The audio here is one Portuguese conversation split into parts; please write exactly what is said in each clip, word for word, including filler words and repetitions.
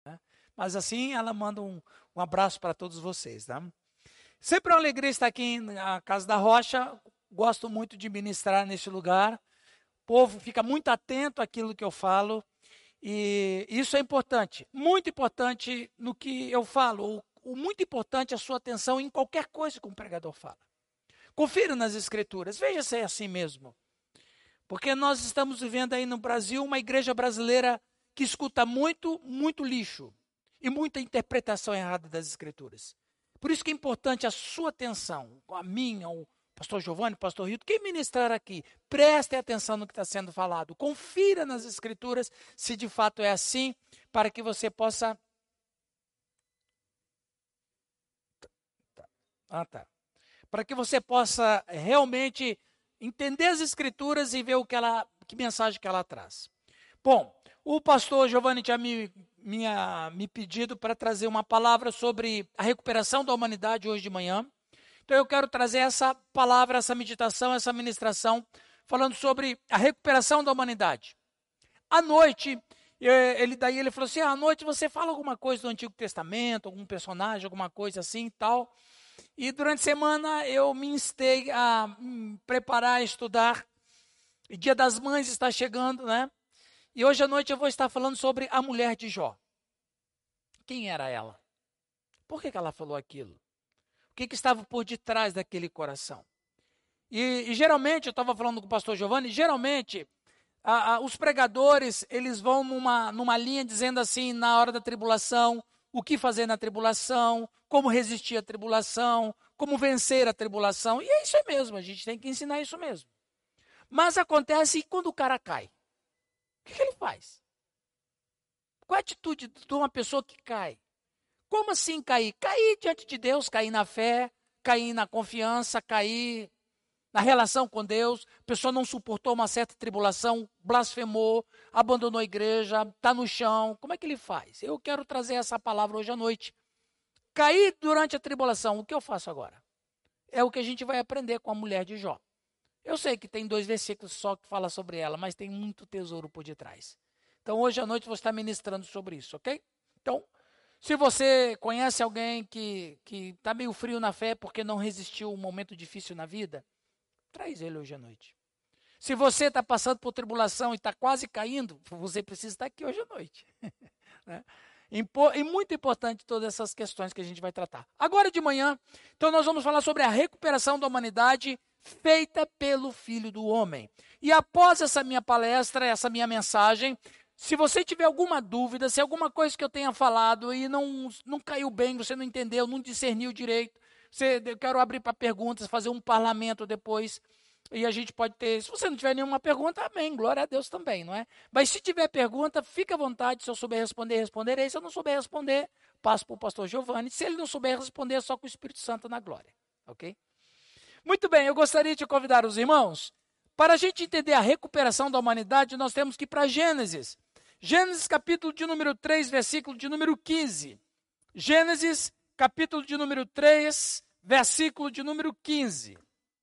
né? Mas assim ela manda um, um abraço para todos vocês. Tá? Sempre é uma alegria estar aqui na Casa da Rocha. Gosto muito de ministrar neste lugar. O povo fica muito atento àquilo que eu falo. E isso é importante, muito importante no que eu falo. O, o muito importante é a sua atenção em qualquer coisa que um pregador fala. Confira nas escrituras, veja se é assim mesmo. Porque nós estamos vivendo aí no Brasil uma igreja brasileira que escuta muito, muito lixo e muita interpretação errada das escrituras. Por isso que é importante a sua atenção, a minha, o pastor Giovanni, o pastor Rito, quem ministrar aqui, prestem atenção no que está sendo falado. Confira nas escrituras se de fato é assim, para que você possa... Ah, tá. Para que você possa realmente entender as escrituras e ver o que, ela, que mensagem que ela traz. Bom, o pastor Giovanni tinha me, minha, me pedido para trazer uma palavra sobre a recuperação da humanidade hoje de manhã. Então eu quero trazer essa palavra, essa meditação, essa ministração, falando sobre a recuperação da humanidade. À noite, ele, daí ele falou assim, à noite você fala alguma coisa do Antigo Testamento, algum personagem, alguma coisa assim e tal. E durante a semana eu me instei a hum, preparar, estudar. O Dia das Mães está chegando, né? E hoje à noite eu vou estar falando sobre a mulher de Jó. Quem era ela? Por que, que ela falou aquilo? O que, que estava por detrás daquele coração? E, e geralmente, eu estava falando com o pastor Giovanni, geralmente a, a, os pregadores, eles vão numa, numa linha dizendo assim, na hora da tribulação, o que fazer na tribulação, como resistir à tribulação, como vencer a tribulação. E é isso mesmo, a gente tem que ensinar isso mesmo. Mas acontece quando o cara cai. O que, que ele faz? Qual a atitude de uma pessoa que cai? Como assim cair? Cair diante de Deus, cair na fé, cair na confiança, cair na relação com Deus. A pessoa não suportou uma certa tribulação, blasfemou, abandonou a igreja, está no chão. Como é que ele faz? Eu quero trazer essa palavra hoje à noite. Cair durante a tribulação, o que eu faço agora? É o que a gente vai aprender com a mulher de Jó. Eu sei que tem dois versículos só que fala sobre ela, mas tem muito tesouro por detrás. Então, hoje à noite, vou estar ministrando sobre isso, ok? Então, se você conhece alguém que está meio frio na fé porque não resistiu um momento difícil na vida, traz ele hoje à noite. Se você está passando por tribulação e está quase caindo, você precisa estar aqui hoje à noite. Né? E muito importante todas essas questões que a gente vai tratar. Agora de manhã, então nós vamos falar sobre a recuperação da humanidade feita pelo Filho do Homem. E após essa minha palestra, essa minha mensagem, se você tiver alguma dúvida, se alguma coisa que eu tenha falado e não, não caiu bem, você não entendeu, não discerniu direito, você, eu quero abrir para perguntas, fazer um parlamento depois, e a gente pode ter, se você não tiver nenhuma pergunta, amém, glória a Deus também, não é? Mas se tiver pergunta, fica à vontade, se eu souber responder, responderei, se eu não souber responder, passo para o pastor Giovanni, se ele não souber responder, é só com o Espírito Santo na glória, ok? Muito bem, eu gostaria de convidar os irmãos, para a gente entender a recuperação da humanidade, nós temos que ir para Gênesis, Gênesis capítulo de número três, versículo de número quinze, Gênesis capítulo de número três, versículo de número quinze.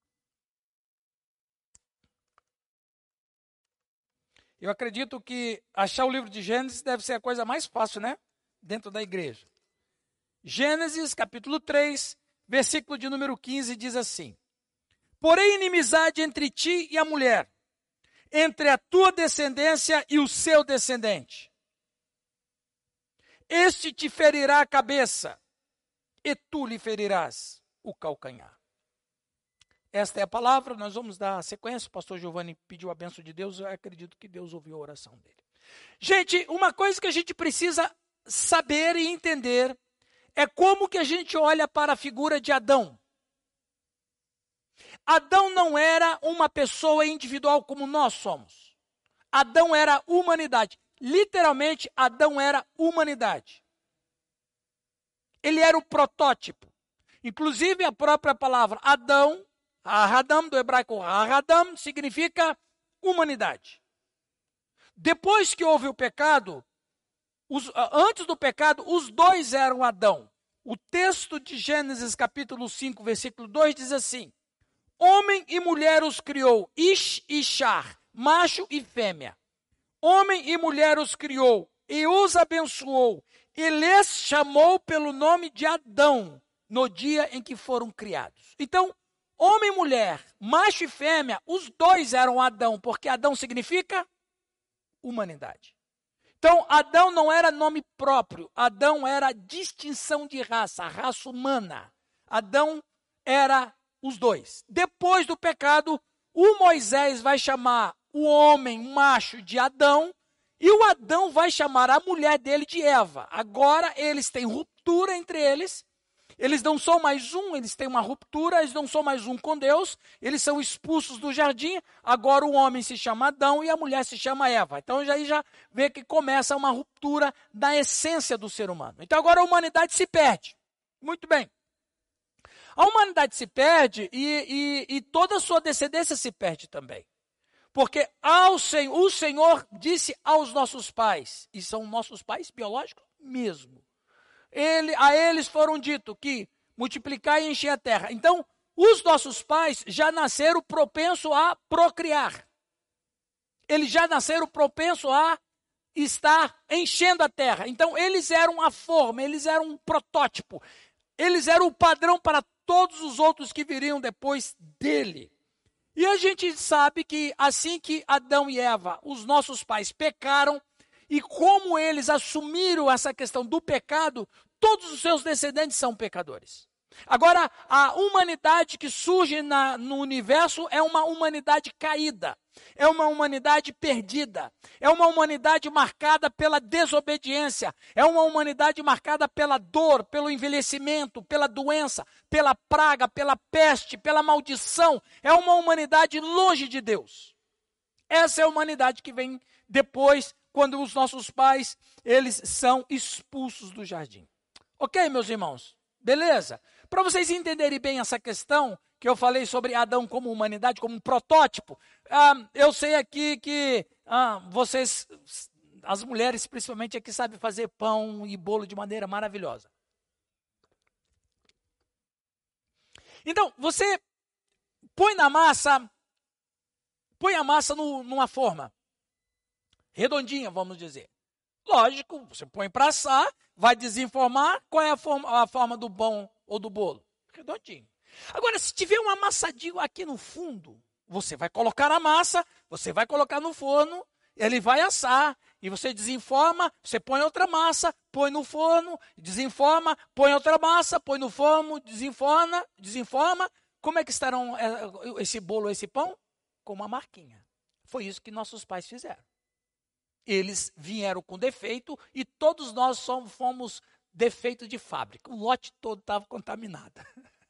Eu acredito que achar o livro de Gênesis deve ser a coisa mais fácil, né? Dentro da igreja. Gênesis, capítulo três, versículo de número quinze, diz assim: porém, inimizade entre ti e a mulher, entre a tua descendência e o seu descendente. Este te ferirá a cabeça, e tu lhe ferirás o calcanhar. Esta é a palavra, nós vamos dar sequência. O pastor Giovanni pediu a bênção de Deus, eu acredito que Deus ouviu a oração dele. Gente, uma coisa que a gente precisa saber e entender é como que a gente olha para a figura de Adão. Adão não era uma pessoa individual como nós somos. Adão era humanidade. Literalmente, Adão era humanidade. Ele era o protótipo. Inclusive, a própria palavra Adão, Ahadam, do hebraico Ahadam, significa humanidade. Depois que houve o pecado, os, antes do pecado, os dois eram Adão. O texto de Gênesis capítulo cinco, versículo dois diz assim: homem e mulher os criou, Ish e Shar, macho e fêmea. Homem e mulher os criou e os abençoou e lhes chamou pelo nome de Adão, no dia em que foram criados. Então, homem e mulher, macho e fêmea, os dois eram Adão, porque Adão significa humanidade. Então, Adão não era nome próprio, Adão era distinção de raça, a raça humana. Adão era os dois. Depois do pecado, o Moisés vai chamar o homem macho de Adão, e o Adão vai chamar a mulher dele de Eva. Agora eles têm ruptura entre eles, eles não são mais um, eles têm uma ruptura, eles não são mais um com Deus, eles são expulsos do jardim, agora o homem se chama Adão e a mulher se chama Eva. Então aí já vê que começa uma ruptura da essência do ser humano. Então agora a humanidade se perde. Muito bem. A humanidade se perde e, e, e toda a sua descendência se perde também. Porque ao Senhor, o Senhor disse aos nossos pais, e são nossos pais biológicos mesmo, Ele, a eles foram dito que multiplicar e encher a terra. Então, os nossos pais já nasceram propensos a procriar. Eles já nasceram propensos a estar enchendo a terra. Então, eles eram a forma, eles eram um protótipo. Eles eram o padrão para todos os outros que viriam depois dele. E a gente sabe que assim que Adão e Eva, os nossos pais, pecaram, e como eles assumiram essa questão do pecado, todos os seus descendentes são pecadores. Agora, a humanidade que surge na, no universo é uma humanidade caída, é uma humanidade perdida, é uma humanidade marcada pela desobediência, é uma humanidade marcada pela dor, pelo envelhecimento, pela doença, pela praga, pela peste, pela maldição. É uma humanidade longe de Deus. Essa é a humanidade que vem depois, quando os nossos pais, eles são expulsos do jardim. Ok, meus irmãos? Beleza? Para vocês entenderem bem essa questão que eu falei sobre Adão como humanidade, como um protótipo, ah, eu sei aqui que ah, vocês, as mulheres principalmente aqui, sabem fazer pão e bolo de maneira maravilhosa. Então, você põe na massa, põe a massa no, numa forma redondinha, vamos dizer. Lógico, você põe para assar, vai desenformar, qual é a forma, a forma do pão ou do bolo? Redondinho. Agora, se tiver um amassadinho aqui no fundo, você vai colocar a massa, você vai colocar no forno, ele vai assar, e você desenforma, você põe outra massa, põe no forno, desenforma, põe outra massa, põe no forno, desenforma, desenforma. Como é que estarão esse bolo, esse pão? Com uma marquinha. Foi isso que nossos pais fizeram. Eles vieram com defeito e todos nós somos, fomos defeito de fábrica. O lote todo estava contaminado.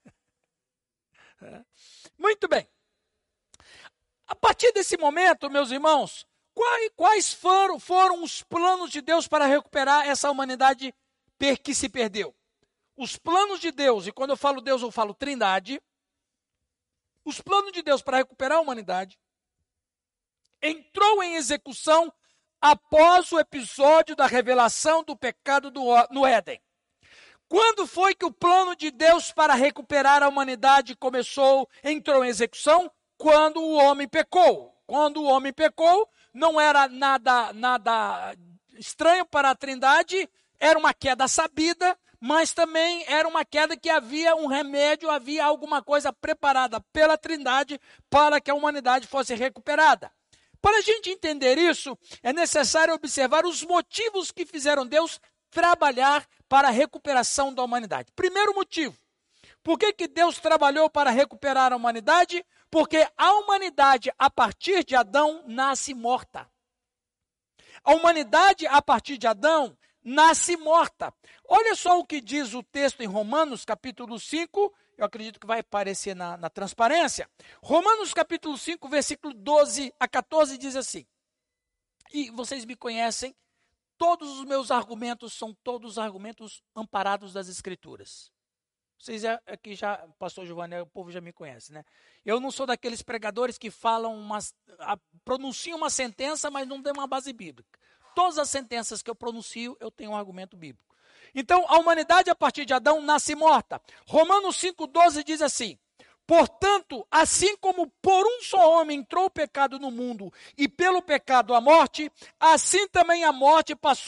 Muito bem. A partir desse momento, meus irmãos, quais, quais foram, foram os planos de Deus para recuperar essa humanidade que se perdeu? Os planos de Deus, e quando eu falo Deus, eu falo Trindade. Os planos de Deus para recuperar a humanidade entrou em execução após o episódio da revelação do pecado do, no Éden. Quando foi que o plano de Deus para recuperar a humanidade começou, entrou em execução? Quando o homem pecou. Quando o homem pecou, não era nada, nada estranho para a Trindade, era uma queda sabida, mas também era uma queda que havia um remédio, havia alguma coisa preparada pela Trindade para que a humanidade fosse recuperada. Para a gente entender isso, é necessário observar os motivos que fizeram Deus trabalhar para a recuperação da humanidade. Primeiro motivo, por que que Deus trabalhou para recuperar a humanidade? Porque a humanidade, a partir de Adão, nasce morta. A humanidade, a partir de Adão, nasce morta. Olha só o que diz o texto em Romanos, capítulo cinco, eu acredito que vai aparecer na, na transparência. Romanos capítulo cinco, versículo doze a quatorze diz assim. E vocês me conhecem, todos os meus argumentos são todos argumentos amparados das Escrituras. Vocês aqui já, pastor Giovanni, o povo já me conhece, né? Eu não sou daqueles pregadores que falam, uma, pronunciam uma sentença, mas não dão uma base bíblica. Todas as sentenças que eu pronuncio, eu tenho um argumento bíblico. Então, a humanidade, a partir de Adão, nasce morta. Romanos cinco, doze diz assim, portanto, assim como por um só homem entrou o pecado no mundo, e pelo pecado a morte, assim também a morte passou a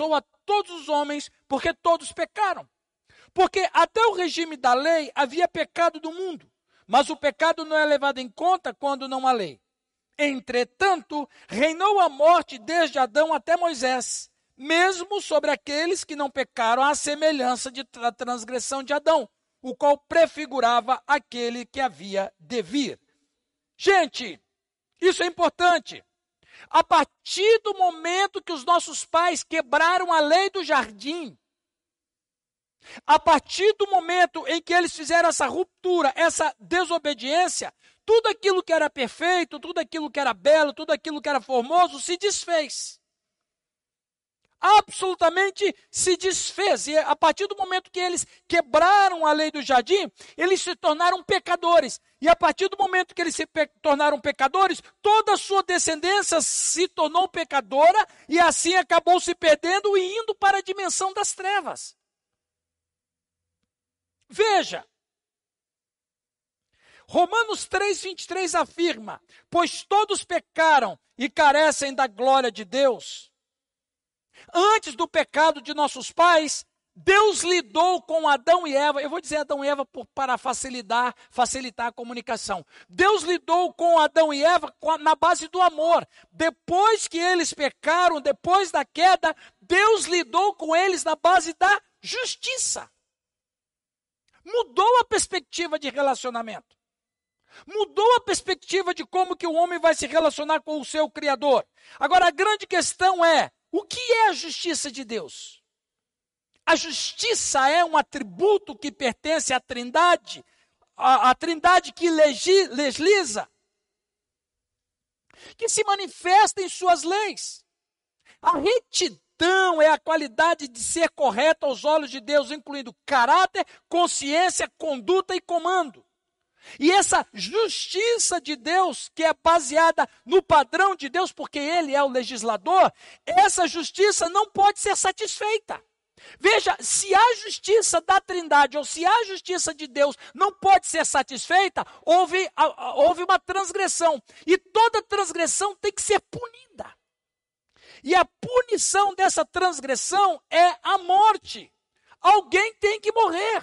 todos os homens, porque todos pecaram. Porque até o regime da lei havia pecado do mundo, mas o pecado não é levado em conta quando não há lei. Entretanto, reinou a morte desde Adão até Moisés, mesmo sobre aqueles que não pecaram à semelhança de tra- transgressão de Adão, o qual prefigurava aquele que havia de vir. Gente, isso é importante. A partir do momento que os nossos pais quebraram a lei do jardim, a partir do momento em que eles fizeram essa ruptura, essa desobediência, tudo aquilo que era perfeito, tudo aquilo que era belo, tudo aquilo que era formoso se desfez. Absolutamente se desfez. E a partir do momento que eles quebraram a lei do jardim, eles se tornaram pecadores. E a partir do momento que eles se pe- tornaram pecadores, toda a sua descendência se tornou pecadora e assim acabou se perdendo e indo para a dimensão das trevas. Veja, Romanos três, vinte e três afirma: pois todos pecaram e carecem da glória de Deus. Antes do pecado de nossos pais, Deus lidou com Adão e Eva. Eu vou dizer Adão e Eva por, para facilitar, facilitar a comunicação. Deus lidou com Adão e Eva com a, na base do amor. Depois que eles pecaram, depois da queda, Deus lidou com eles na base da justiça. Mudou a perspectiva de relacionamento. Mudou a perspectiva de como que o homem vai se relacionar com o seu Criador. Agora, a grande questão é, o que é a justiça de Deus? A justiça é um atributo que pertence à Trindade, a, a Trindade que legi, legisla, que se manifesta em suas leis. A retidão é a qualidade de ser correto aos olhos de Deus, incluindo caráter, consciência, conduta e comando. E essa justiça de Deus, que é baseada no padrão de Deus, porque Ele é o legislador, essa justiça não pode ser satisfeita. Veja, se a justiça da Trindade, ou se a justiça de Deus não pode ser satisfeita, houve, houve uma transgressão. E toda transgressão tem que ser punida. E a punição dessa transgressão é a morte. Alguém tem que morrer.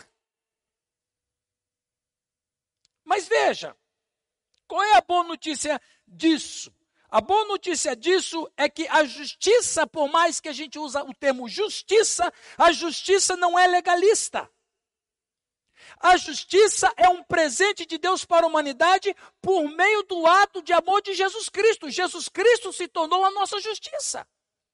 Mas veja, qual é a boa notícia disso? A boa notícia disso é que a justiça, por mais que a gente use o termo justiça, a justiça não é legalista. A justiça é um presente de Deus para a humanidade por meio do ato de amor de Jesus Cristo. Jesus Cristo se tornou a nossa justiça.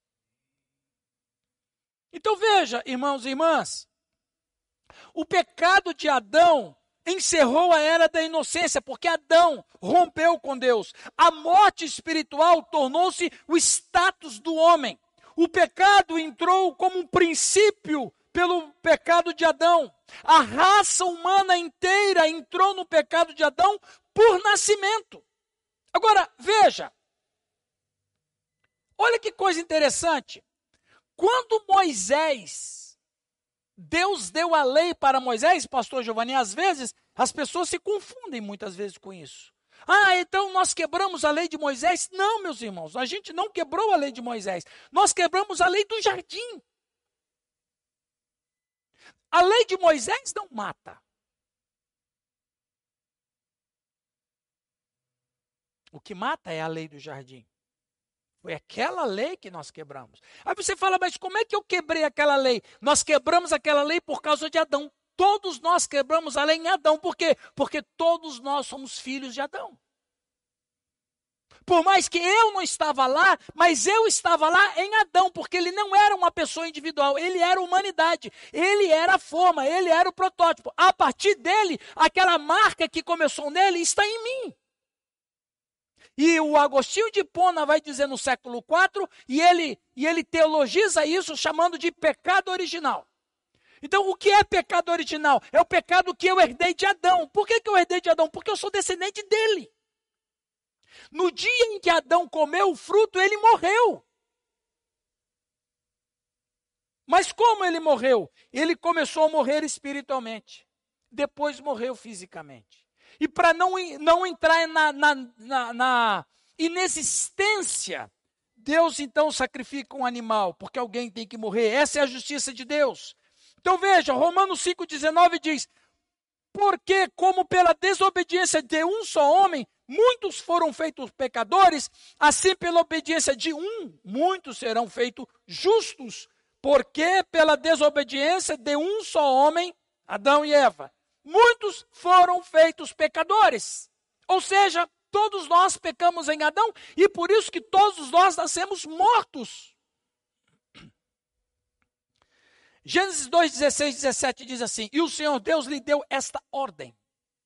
Então veja, irmãos e irmãs, o pecado de Adão encerrou a era da inocência, porque Adão rompeu com Deus. A morte espiritual tornou-se o status do homem. O pecado entrou como um princípio pelo pecado de Adão. A raça humana inteira entrou no pecado de Adão por nascimento. Agora, veja. Olha que coisa interessante. Quando Moisés... Deus deu a lei para Moisés, pastor Giovanni, às vezes as pessoas se confundem muitas vezes com isso. Ah, então nós quebramos a lei de Moisés? Não, meus irmãos, a gente não quebrou a lei de Moisés. Nós quebramos a lei do jardim. A lei de Moisés não mata. O que mata é a lei do jardim. Foi aquela lei que nós quebramos. Aí você fala, mas como é que eu quebrei aquela lei? Nós quebramos aquela lei por causa de Adão. Todos nós quebramos a lei em Adão. Por quê? Porque todos nós somos filhos de Adão. Por mais que eu não estava lá, mas eu estava lá em Adão, porque ele não era uma pessoa individual, ele era a humanidade, ele era a forma, ele era o protótipo. A partir dele, aquela marca que começou nele está em mim. E o Agostinho de Hipona vai dizer no século quatro, e ele, e ele teologiza isso chamando de pecado original. Então, o que é pecado original? É o pecado que eu herdei de Adão. Por que, que eu herdei de Adão? Porque eu sou descendente dele. No dia em que Adão comeu o fruto, ele morreu. Mas como ele morreu? Ele começou a morrer espiritualmente. Depois morreu fisicamente. E para não, não entrar na, na, na, na inexistência Deus então sacrifica um animal, porque alguém tem que morrer. Essa é a justiça de Deus. Então veja, Romanos cinco, dezenove diz, porque como pela desobediência de um só homem, muitos foram feitos pecadores, assim pela obediência de um, muitos serão feitos justos. Porque pela desobediência de um só homem, Adão e Eva, muitos foram feitos pecadores. Ou seja, todos nós pecamos em Adão e por isso que todos nós nascemos mortos. Gênesis dois, dezesseis, dezessete diz assim, e o Senhor Deus lhe deu esta ordem.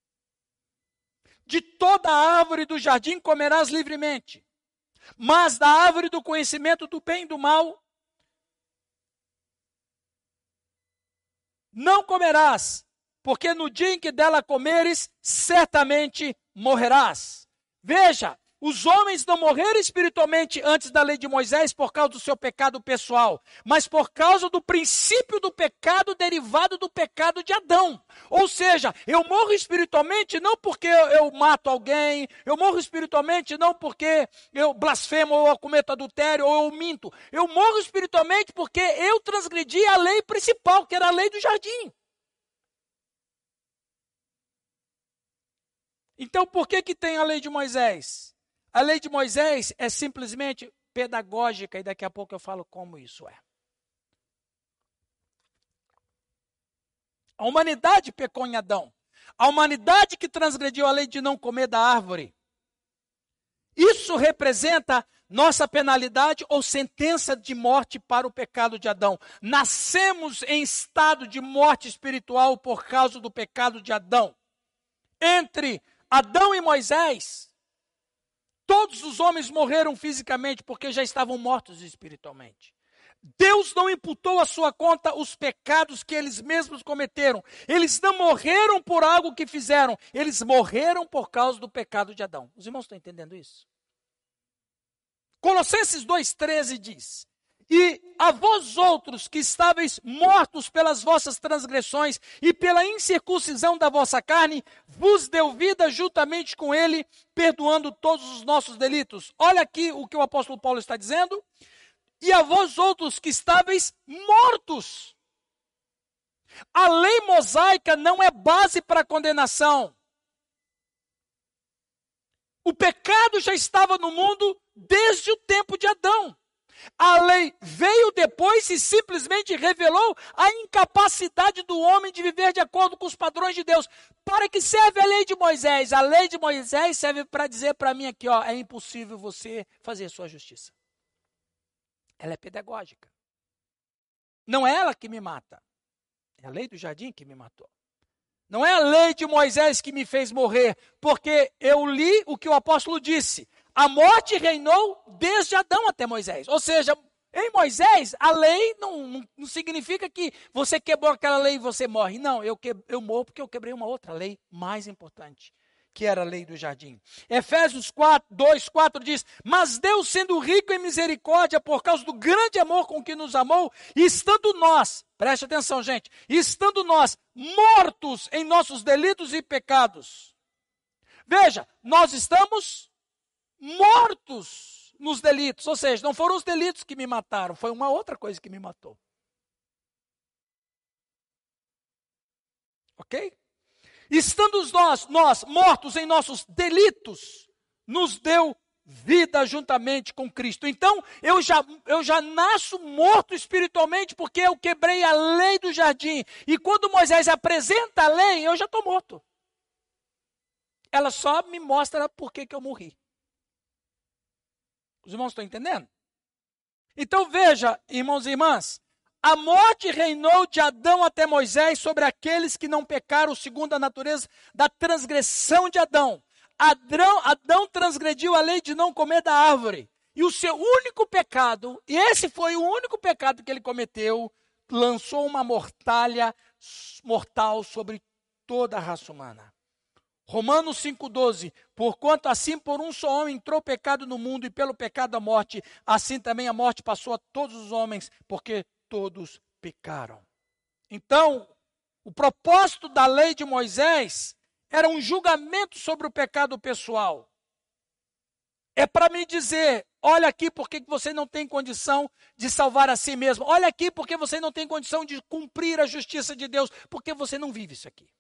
De toda a árvore do jardim comerás livremente, mas da árvore do conhecimento do bem e do mal não comerás, porque no dia em que dela comeres, certamente morrerás. Veja, os homens não morreram espiritualmente antes da lei de Moisés por causa do seu pecado pessoal, mas por causa do princípio do pecado derivado do pecado de Adão. Ou seja, eu morro espiritualmente não porque eu, eu mato alguém, eu morro espiritualmente não porque eu blasfemo ou eu cometo adultério ou eu minto. Eu morro espiritualmente porque eu transgredi a lei principal, que era a lei do jardim. Então, por que que tem a lei de Moisés? A lei de Moisés é simplesmente pedagógica, e daqui a pouco eu falo como isso é. A humanidade pecou em Adão. A humanidade que transgrediu a lei de não comer da árvore. Isso representa nossa penalidade ou sentença de morte para o pecado de Adão. Nascemos em estado de morte espiritual por causa do pecado de Adão. Entre Adão e Moisés, todos os homens morreram fisicamente porque já estavam mortos espiritualmente. Deus não imputou à sua conta os pecados que eles mesmos cometeram. Eles não morreram por algo que fizeram. Eles morreram por causa do pecado de Adão. Os irmãos estão entendendo isso? Colossenses dois, treze diz, e a vós outros que estáveis mortos pelas vossas transgressões e pela incircuncisão da vossa carne, vos deu vida juntamente com ele, perdoando todos os nossos delitos. Olha aqui o que o apóstolo Paulo está dizendo. E a vós outros que estáveis mortos. A lei mosaica não é base para a condenação. O pecado já estava no mundo desde o tempo de Adão. A lei veio depois e simplesmente revelou a incapacidade do homem de viver de acordo com os padrões de Deus. Para que serve a lei de Moisés? A lei de Moisés serve para dizer para mim aqui, ó, é impossível você fazer a sua justiça. Ela é pedagógica. Não é ela que me mata. É a lei do jardim que me matou. Não é a lei de Moisés que me fez morrer, porque eu li o que o apóstolo disse. A morte reinou desde Adão até Moisés. Ou seja, em Moisés, a lei não, não, não significa que você quebrou aquela lei e você morre. Não, eu, que, eu morro porque eu quebrei uma outra lei mais importante, que era a lei do jardim. Efésios quatro, dois, quatro diz, mas Deus sendo rico em misericórdia por causa do grande amor com que nos amou, e estando nós, preste atenção gente, estando nós mortos em nossos delitos e pecados. Veja, nós estamos mortos nos delitos, ou seja, não foram os delitos que me mataram, foi uma outra coisa que me matou. Ok? Estando nós, nós mortos em nossos delitos, nos deu vida juntamente com Cristo. Então, eu já, eu já nasço morto espiritualmente porque eu quebrei a lei do jardim. E quando Moisés apresenta a lei, eu já estou morto. Ela só me mostra por que que eu morri. Os irmãos estão entendendo? Então veja, irmãos e irmãs, a morte reinou de Adão até Moisés sobre aqueles que não pecaram segundo a natureza da transgressão de Adão. Adão, Adão transgrediu a lei de não comer da árvore. E o seu único pecado, e esse foi o único pecado que ele cometeu, lançou uma mortalha mortal sobre toda a raça humana. Romanos cinco, doze, porquanto assim por um só homem entrou o pecado no mundo e pelo pecado a morte, assim também a morte passou a todos os homens, porque todos pecaram. Então, o propósito da lei de Moisés era um julgamento sobre o pecado pessoal. É para me dizer, olha aqui porque você não tem condição de salvar a si mesmo. Olha aqui porque você não tem condição de cumprir a justiça de Deus, porque você não vive isso aqui.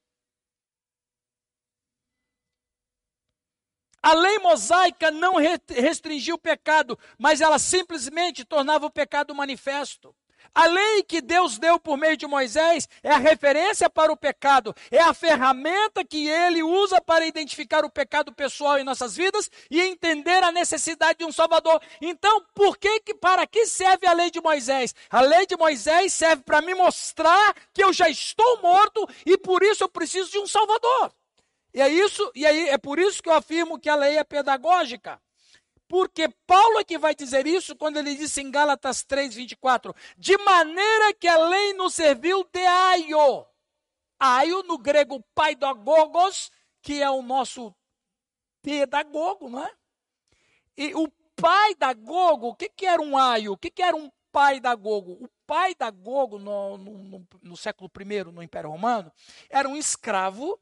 A lei mosaica não restringia o pecado, mas ela simplesmente tornava o pecado manifesto. A lei que Deus deu por meio de Moisés é a referência para o pecado, é a ferramenta que ele usa para identificar o pecado pessoal em nossas vidas e entender a necessidade de um Salvador. Então, por que, que para que serve a lei de Moisés? A lei de Moisés serve para me mostrar que eu já estou morto e por isso eu preciso de um Salvador. E é isso, e aí é por isso que eu afirmo que a lei é pedagógica. Porque Paulo é que vai dizer isso quando ele disse em Gálatas três, vinte e quatro, de maneira que a lei nos serviu de aio. Aio, no grego paidagogos, que é o nosso pedagogo, não é? E o paidagogo, o que, que era um aio? O que, que era um paidagogo? O paidagogo, no, no, no, no século primeiro, no Império Romano, era um escravo,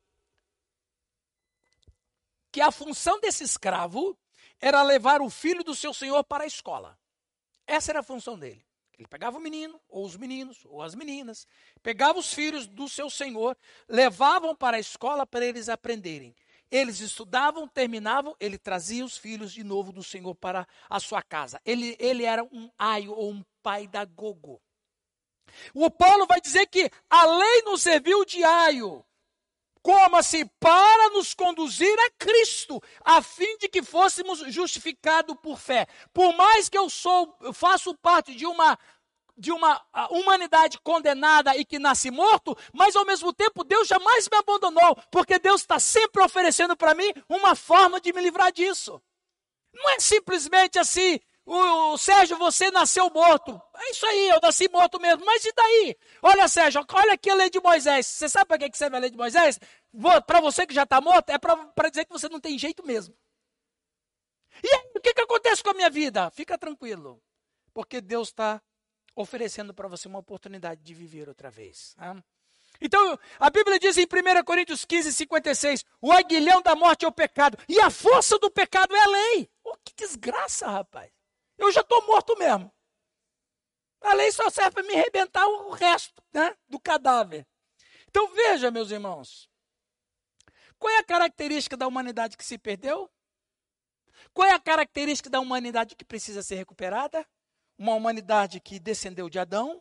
que a função desse escravo era levar o filho do seu senhor para a escola. Essa era a função dele. Ele pegava o menino, ou os meninos, ou as meninas, pegava os filhos do seu senhor, levavam para a escola para eles aprenderem. Eles estudavam, terminavam, ele trazia os filhos de novo do senhor para a sua casa. Ele, ele era um aio, ou um paidagogo. O Paulo vai dizer que a lei nos serviu de aio, como assim? Para nos conduzir a Cristo, a fim de que fôssemos justificados por fé. Por mais que eu sou, eu faço parte de uma, de uma humanidade condenada e que nasce morto, mas ao mesmo tempo Deus jamais me abandonou, porque Deus está sempre oferecendo para mim uma forma de me livrar disso. Não é simplesmente assim, o Sérgio, você nasceu morto. É isso aí, eu nasci morto mesmo. Mas e daí? Olha, Sérgio, olha aqui a lei de Moisés. Você sabe para que serve a lei de Moisés? Para você que já está morto, é para dizer que você não tem jeito mesmo. E aí, o que, que acontece com a minha vida? Fica tranquilo, porque Deus está oferecendo para você uma oportunidade de viver outra vez. Tá? Então, a Bíblia diz em primeira Coríntios quinze, cinquenta e seis, o aguilhão da morte é o pecado, e a força do pecado é a lei. Oh, que desgraça, rapaz. Eu já estou morto mesmo. A lei só serve para me arrebentar o resto, né, do cadáver. Então veja, meus irmãos, qual é a característica da humanidade que se perdeu? Qual é a característica da humanidade que precisa ser recuperada? Uma humanidade que descendeu de Adão,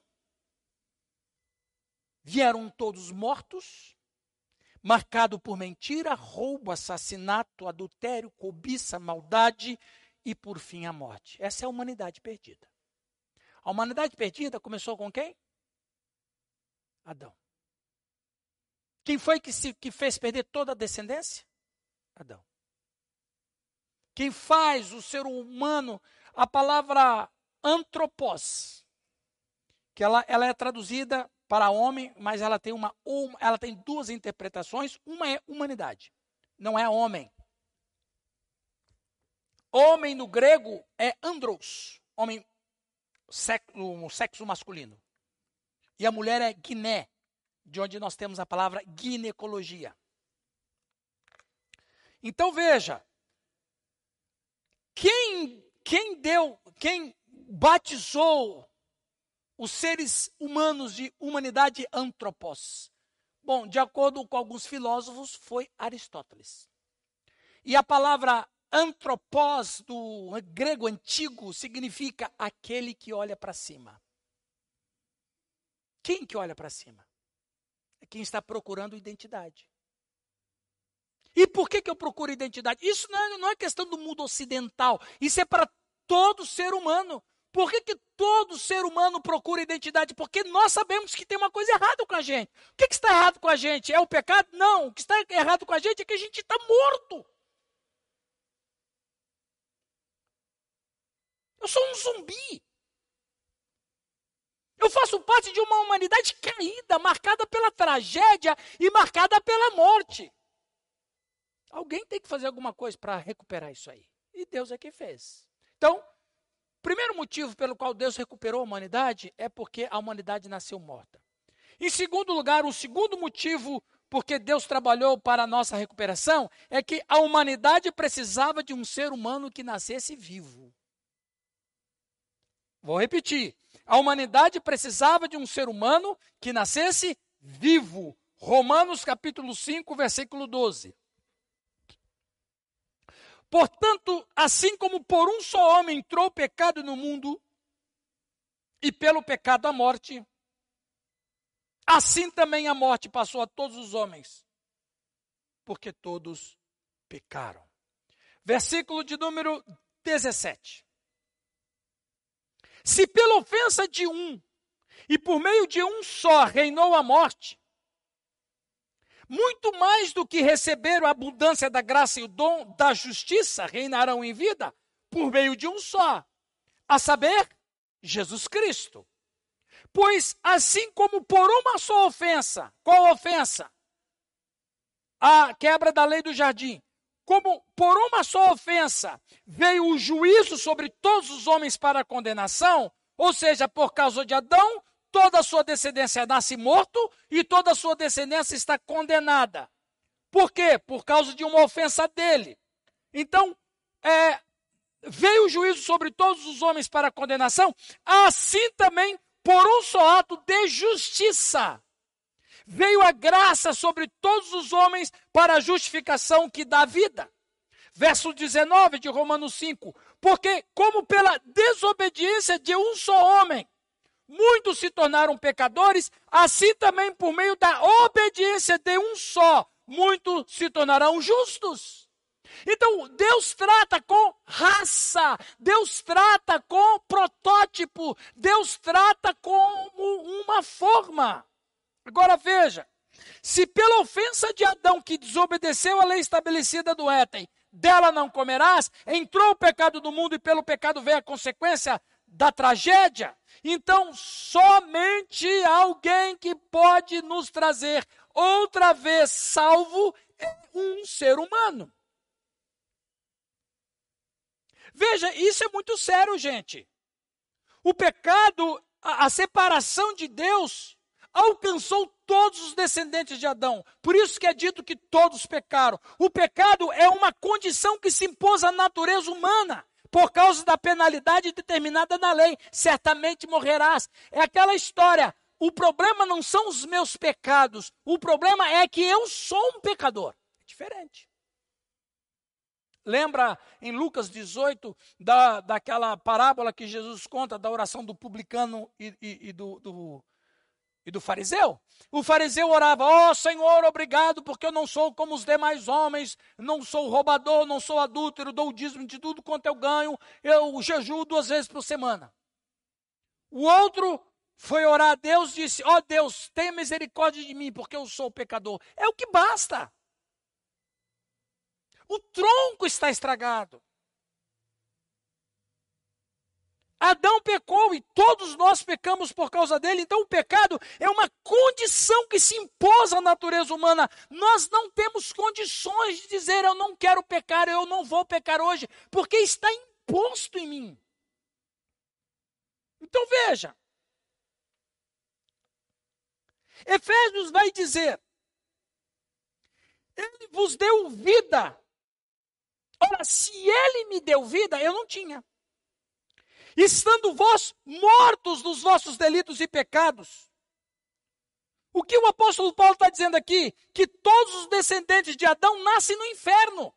vieram todos mortos, marcado por mentira, roubo, assassinato, adultério, cobiça, maldade, e por fim a morte. Essa é a humanidade perdida. A humanidade perdida começou com quem? Adão. Quem foi que, se, que fez perder toda a descendência? Adão. Quem faz o ser humano, a palavra antropos, que ela, ela é traduzida para homem, mas ela tem, uma, ela tem duas interpretações. Uma é humanidade, não é homem. Homem no grego é andros, homem, sexo, sexo masculino. E a mulher é guiné, de onde nós temos a palavra ginecologia. Então veja, quem, quem deu, quem batizou os seres humanos de humanidade antropos? Bom, de acordo com alguns filósofos, foi Aristóteles. E a palavra antropos, do grego antigo, significa aquele que olha para cima. Quem que olha para cima? É quem está procurando identidade. E por que, que eu procuro identidade? Isso não é, não é questão do mundo ocidental, isso é para todo ser humano. Por que, que todo ser humano procura identidade? Porque nós sabemos que tem uma coisa errada com a gente. O que, que está errado com a gente? É o pecado? Não, o que está errado com a gente é que a gente está morto. Eu sou um zumbi. Eu faço parte de uma humanidade caída, marcada pela tragédia e marcada pela morte. Alguém tem que fazer alguma coisa para recuperar isso aí. E Deus é quem fez. Então, o primeiro motivo pelo qual Deus recuperou a humanidade é porque a humanidade nasceu morta. Em segundo lugar, o segundo motivo porque Deus trabalhou para a nossa recuperação é que a humanidade precisava de um ser humano que nascesse vivo. Vou repetir. A humanidade precisava de um ser humano que nascesse vivo. Romanos capítulo cinco, versículo doze. Portanto, assim como por um só homem entrou o pecado no mundo, e pelo pecado a morte, assim também a morte passou a todos os homens, porque todos pecaram. Versículo de número dezessete. Se pela ofensa de um, e por meio de um só reinou a morte, muito mais do que receberam a abundância da graça e o dom da justiça, reinarão em vida por meio de um só, a saber, Jesus Cristo. Pois assim como por uma só ofensa, qual ofensa? A quebra da lei do jardim. Como por uma só ofensa veio o juízo sobre todos os homens para a condenação, ou seja, por causa de Adão, toda a sua descendência nasce morto e toda a sua descendência está condenada. Por quê? Por causa de uma ofensa dele. Então, é, veio o juízo sobre todos os homens para a condenação, assim também por um só ato de justiça. Veio a graça sobre todos os homens para a justificação que dá vida. Verso dezenove de Romanos cinco. Porque como pela desobediência de um só homem, muitos se tornaram pecadores, assim também por meio da obediência de um só, muitos se tornarão justos. Então, Deus trata com raça, Deus trata com protótipo, Deus trata como uma forma. Agora veja, se pela ofensa de Adão que desobedeceu a lei estabelecida do éten, dela não comerás, entrou o pecado no mundo e pelo pecado veio a consequência da tragédia, então somente alguém que pode nos trazer outra vez salvo é um ser humano. Veja, isso é muito sério, gente. O pecado, a, a separação de Deus, alcançou todos os descendentes de Adão. Por isso que é dito que todos pecaram. O pecado é uma condição que se impôs à natureza humana, por causa da penalidade determinada na lei. Certamente morrerás. É aquela história. O problema não são os meus pecados. O problema é que eu sou um pecador. É diferente. Lembra em Lucas dezoito, da, daquela parábola que Jesus conta da oração do publicano e, e, e, do, do, e do fariseu? O fariseu orava, ó oh, Senhor, obrigado, porque eu não sou como os demais homens, não sou roubador, não sou adúltero, dou o dízimo de tudo quanto eu ganho, eu jejuo duas vezes por semana. O outro foi orar a Deus e disse, ó oh, Deus, tenha misericórdia de mim, porque eu sou pecador. É o que basta. O tronco está estragado. Adão pecou e todos nós pecamos por causa dele. Então o pecado é uma condição que se impôs à natureza humana. Nós não temos condições de dizer eu não quero pecar, eu não vou pecar hoje, porque está imposto em mim. Então veja. Efésios vai dizer, ele vos deu vida. Ora, se ele me deu vida, eu não tinha. Estando vós mortos nos vossos delitos e pecados. O que o apóstolo Paulo está dizendo aqui? Que todos os descendentes de Adão nascem no inferno.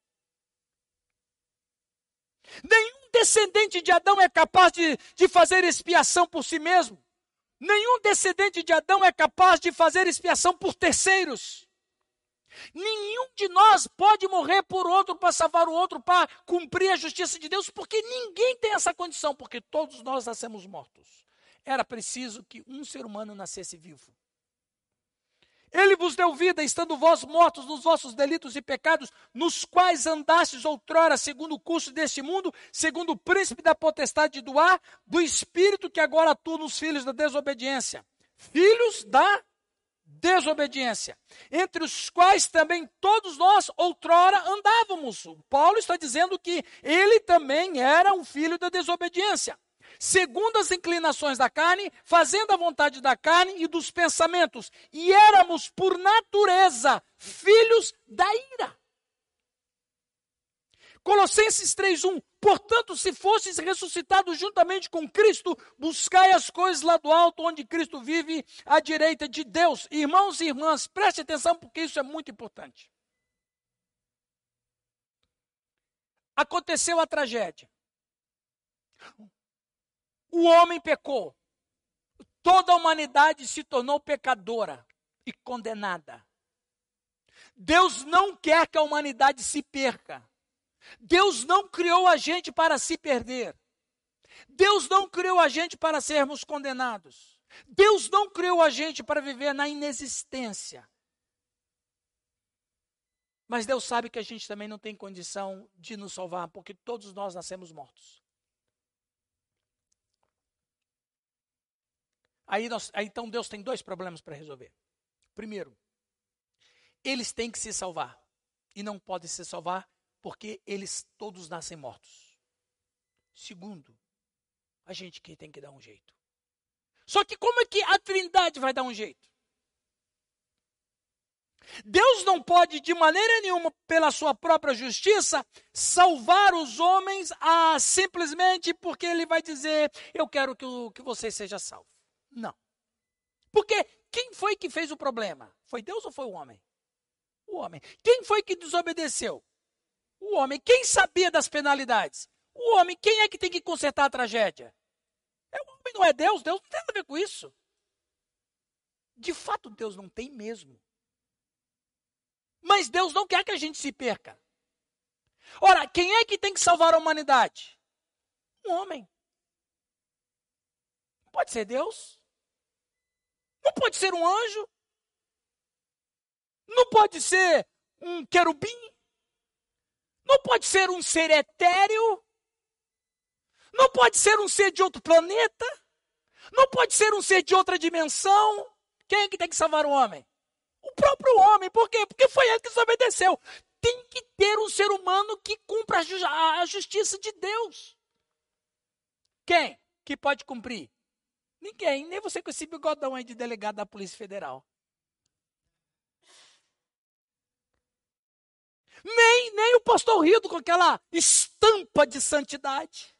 Nenhum descendente de Adão é capaz de, de fazer expiação por si mesmo. Nenhum descendente de Adão é capaz de fazer expiação por terceiros. Nenhum de nós pode morrer por outro para salvar o outro, para cumprir a justiça de Deus, porque ninguém tem essa condição, porque todos nós nascemos mortos. Era preciso que um ser humano nascesse vivo. Ele vos deu vida, estando vós mortos nos vossos delitos e pecados, nos quais andastes outrora, segundo o curso deste mundo, segundo o príncipe da potestade do ar, do espírito que agora atua nos filhos da desobediência. Filhos da desobediência, entre os quais também todos nós outrora andávamos. Paulo está dizendo que ele também era um filho da desobediência. Segundo as inclinações da carne, fazendo a vontade da carne e dos pensamentos, e éramos por natureza filhos da ira. Colossenses três, um, Portanto, se fostes ressuscitados juntamente com Cristo, buscai as coisas lá do alto, onde Cristo vive à direita de Deus. Irmãos e irmãs, preste atenção, porque isso é muito importante. Aconteceu a tragédia. O homem pecou. Toda a humanidade se tornou pecadora e condenada. Deus não quer que a humanidade se perca. Deus não criou a gente para se perder. Deus não criou a gente para sermos condenados. Deus não criou a gente para viver na inexistência. Mas Deus sabe que a gente também não tem condição de nos salvar, porque todos nós nascemos mortos. Aí, nós, aí então Deus tem dois problemas para resolver. Primeiro, eles têm que se salvar. E não podem se salvar porque eles todos nascem mortos. Segundo, a gente que tem que dar um jeito. Só que como é que a Trindade vai dar um jeito? Deus não pode, de maneira nenhuma, pela sua própria justiça, salvar os homens ah, simplesmente porque ele vai dizer, eu quero que, o, que você seja salvo. Não. Porque quem foi que fez o problema? Foi Deus ou foi o homem? O homem. Quem foi que desobedeceu? O homem. Quem sabia das penalidades? O homem. Quem é que tem que consertar a tragédia? É o homem, não é Deus? Deus não tem nada a ver com isso. De fato, Deus não tem mesmo. Mas Deus não quer que a gente se perca. Ora, quem é que tem que salvar a humanidade? Um homem. Não pode ser Deus. Não pode ser um anjo. Não pode ser um querubim. Não pode ser um ser etéreo. Não pode ser um ser de outro planeta. Não pode ser um ser de outra dimensão. Quem é que tem que salvar o homem? O próprio homem. Por quê? Porque foi ele que desobedeceu. Tem que ter um ser humano que cumpra a, ju- a justiça de Deus. Quem que pode cumprir? Ninguém. Nem você com esse bigodão aí de delegado da Polícia Federal. Nem, nem o pastor Rildo com aquela estampa de santidade.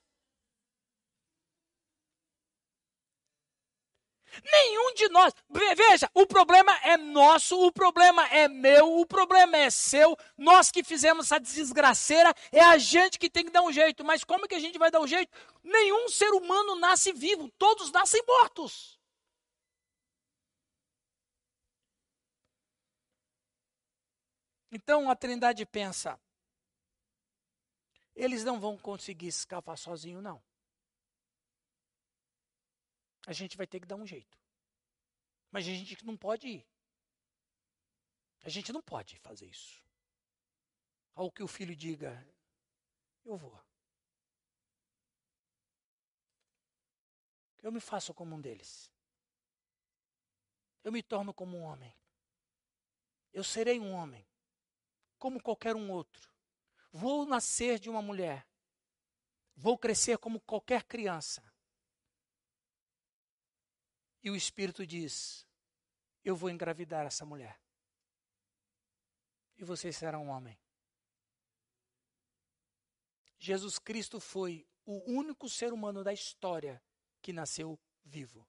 Nenhum de nós. Veja, o problema é nosso, o problema é meu, o problema é seu. Nós que fizemos essa desgraceira, é a gente que tem que dar um jeito. Mas como que a gente vai dar um jeito? Nenhum ser humano nasce vivo, todos nascem mortos. Então a Trindade pensa, eles não vão conseguir escapar sozinhos, não. A gente vai ter que dar um jeito. Mas a gente não pode ir. A gente não pode fazer isso. Ao que o filho diga, eu vou. Eu me faço como um deles. Eu me torno como um homem. Eu serei um homem, como qualquer um outro. Vou nascer de uma mulher. Vou crescer como qualquer criança. E o Espírito diz, eu vou engravidar essa mulher. E você será um homem. Jesus Cristo foi o único ser humano da história que nasceu vivo.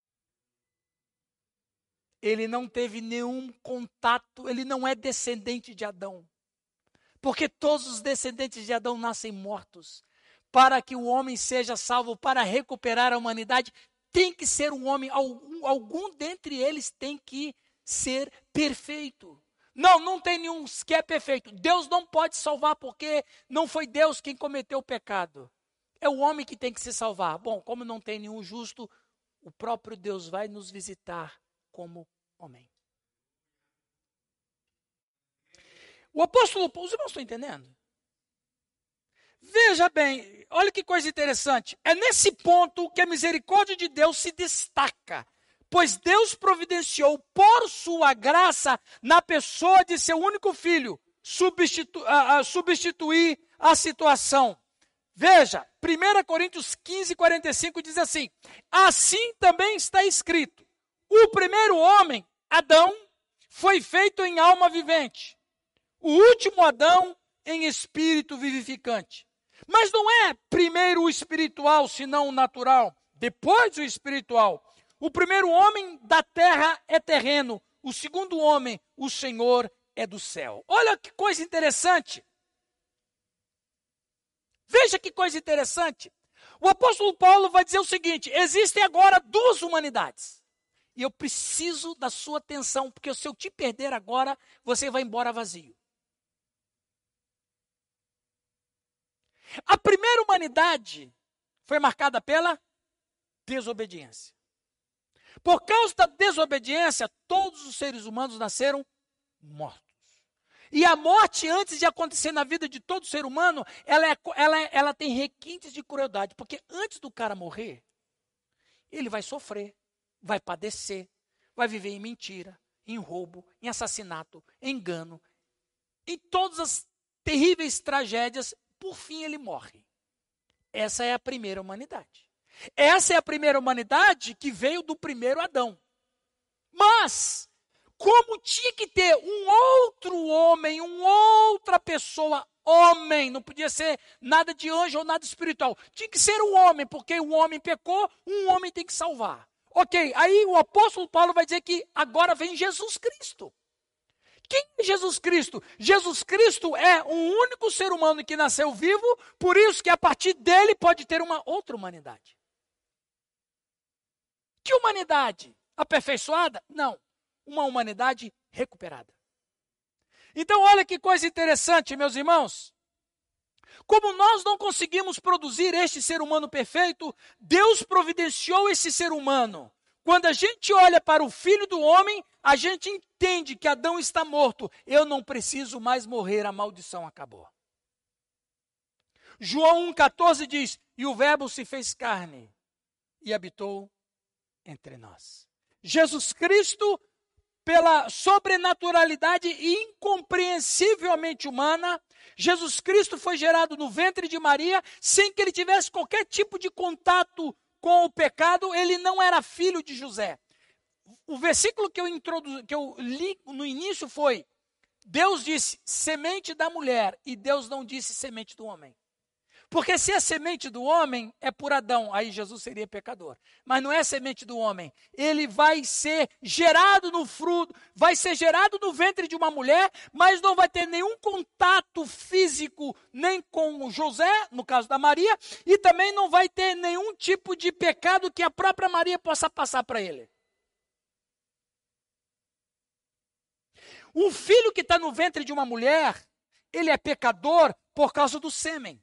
Ele não teve nenhum contato, ele não é descendente de Adão. Porque todos os descendentes de Adão nascem mortos. Para que o homem seja salvo, para recuperar a humanidade, tem que ser um homem, algum, algum dentre eles tem que ser perfeito. Não, não tem nenhum que é perfeito. Deus não pode salvar porque não foi Deus quem cometeu o pecado. É o homem que tem que se salvar. Bom, como não tem nenhum justo, o próprio Deus vai nos visitar como homem. O apóstolo Paulo, os irmãos estão entendendo? Veja bem, olha que coisa interessante. É nesse ponto que a misericórdia de Deus se destaca. Pois Deus providenciou por sua graça na pessoa de seu único filho, substitu- a, a substituir a situação. Veja, primeira Coríntios quinze, quarenta e cinco diz assim, assim também está escrito, o primeiro homem, Adão, foi feito em alma vivente. O último Adão, em espírito vivificante. Mas não é primeiro o espiritual, senão o natural, depois o espiritual. O primeiro homem da terra é terreno, o segundo homem, o Senhor, é do céu. Olha que coisa interessante. Veja que coisa interessante. O apóstolo Paulo vai dizer o seguinte: existem agora duas humanidades. E eu preciso da sua atenção, porque se eu te perder agora, você vai embora vazio. A primeira humanidade foi marcada pela desobediência. Por causa da desobediência, todos os seres humanos nasceram mortos. E a morte, antes de acontecer na vida de todo ser humano, ela, é, ela, é, ela tem requintes de crueldade. Porque antes do cara morrer, ele vai sofrer, vai padecer, vai viver em mentira, em roubo, em assassinato, em engano, em todas as terríveis tragédias. Por fim, ele morre. Essa é a primeira humanidade. Essa é a primeira humanidade que veio do primeiro Adão. Mas, como tinha que ter um outro homem, uma outra pessoa, homem, não podia ser nada de anjo ou nada espiritual. Tinha que ser um homem, porque o homem pecou, um homem tem que salvar. Ok, aí o apóstolo Paulo vai dizer que agora vem Jesus Cristo. Quem é Jesus Cristo? Jesus Cristo é o único ser humano que nasceu vivo, por isso que a partir dele pode ter uma outra humanidade. Que humanidade? Aperfeiçoada? Não. Uma humanidade recuperada. Então, olha que coisa interessante, meus irmãos. Como nós não conseguimos produzir este ser humano perfeito, Deus providenciou esse ser humano. Quando a gente olha para o Filho do Homem, a gente entende que Adão está morto. Eu não preciso mais morrer, a maldição acabou. João um, catorze diz: e o Verbo se fez carne e habitou entre nós. Jesus Cristo, pela sobrenaturalidade incompreensivelmente humana, Jesus Cristo foi gerado no ventre de Maria, sem que ele tivesse qualquer tipo de contato com o pecado. Ele não era filho de José. O versículo que eu, introdu... que eu li no início foi: Deus disse semente da mulher, e Deus não disse semente do homem. Porque se é semente do homem, é por Adão, aí Jesus seria pecador. Mas não é semente do homem. Ele vai ser gerado no fruto, vai ser gerado no ventre de uma mulher, mas não vai ter nenhum contato físico nem com José, no caso da Maria, e também não vai ter nenhum tipo de pecado que a própria Maria possa passar para ele. O filho que está no ventre de uma mulher, ele é pecador por causa do sêmen.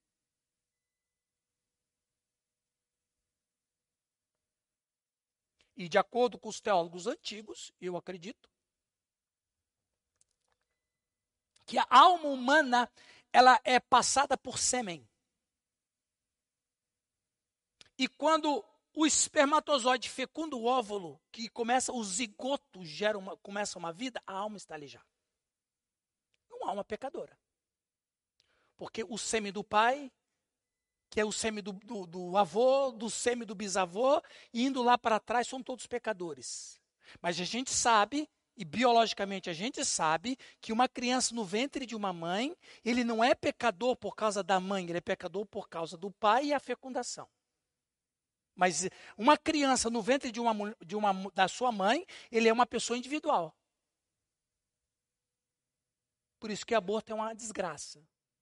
E de acordo com os teólogos antigos, eu acredito, que a alma humana, ela é passada por sêmen. E quando o espermatozoide fecunda o óvulo, que começa, o zigoto gera uma, começa uma vida, a alma está ali já. Uma alma pecadora. Porque o sêmen do pai, que é o sêmen do, do, do avô, do sêmen do bisavô, e indo lá para trás, são todos pecadores. Mas a gente sabe, e biologicamente a gente sabe, que uma criança no ventre de uma mãe, ele não é pecador por causa da mãe, ele é pecador por causa do pai e a fecundação. Mas uma criança no ventre de uma, de uma, da sua mãe, ele é uma pessoa individual. Por isso que aborto é uma desgraça.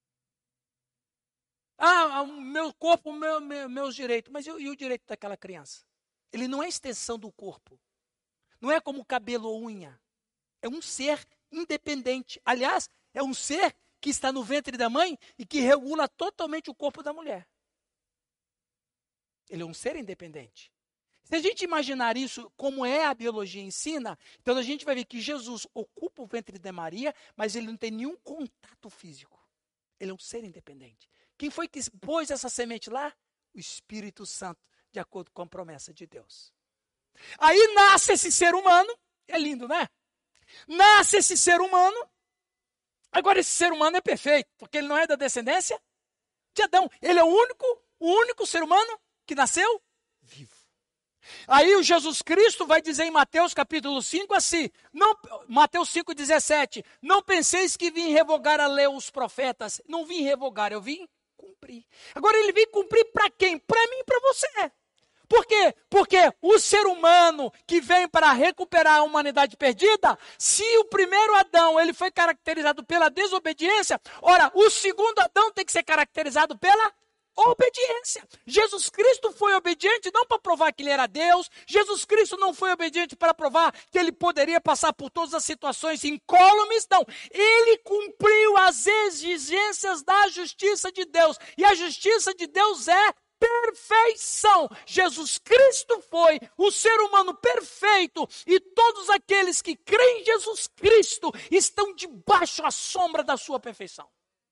Ah, o meu corpo, o meu, meu, meus direitos. Mas e, e o direito daquela criança? Ele não é extensão do corpo. Não é como cabelo ou unha. É um ser independente. Aliás, é um ser que está no ventre da mãe e que regula totalmente o corpo da mulher. Ele é um ser independente. Se a gente imaginar isso como é a biologia ensina, então a gente vai ver que Jesus ocupa o ventre de Maria, mas ele não tem nenhum contato físico. Ele é um ser independente. Quem foi que pôs essa semente lá? O Espírito Santo, de acordo com a promessa de Deus. Aí nasce esse ser humano, é lindo, né? Nasce esse ser humano, agora esse ser humano é perfeito, porque ele não é da descendência de Adão. Ele é o único, o único ser humano que nasceu vivo. Aí o Jesus Cristo vai dizer em Mateus capítulo cinco assim, não, Mateus cinco, dezessete, não penseis que vim revogar a lei os profetas, não vim revogar, eu vim cumprir. cumprir. Agora ele veio cumprir para quem? Para mim e para você. Por quê? Porque o ser humano que vem para recuperar a humanidade perdida, se o primeiro Adão ele foi caracterizado pela desobediência, ora, o segundo Adão tem que ser caracterizado pela obediência. Jesus Cristo foi obediente não para provar que ele era Deus, Jesus Cristo não foi obediente para provar que ele poderia passar por todas as situações incólumes, não. Ele cumpriu as exigências da justiça de Deus, e a justiça de Deus é perfeição. Jesus Cristo foi o ser humano perfeito, e todos aqueles que creem em Jesus Cristo estão debaixo à sombra da sua perfeição.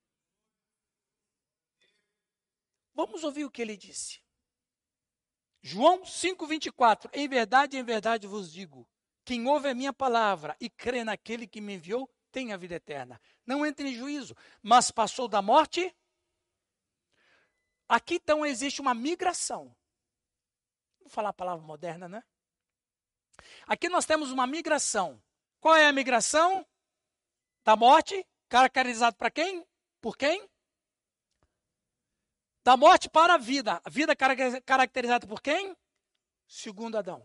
Vamos ouvir o que ele disse. João cinco, vinte e quatro. Em verdade, em verdade vos digo, quem ouve a minha palavra e crê naquele que me enviou, tem a vida eterna. Não entra em juízo, mas passou da morte. Aqui então existe uma migração. Vou falar a palavra moderna, né? Aqui nós temos uma migração. Qual é a migração? Da morte, caracterizado para quem? Por quem? Da morte para a vida. A vida caracterizada por quem? Segundo Adão.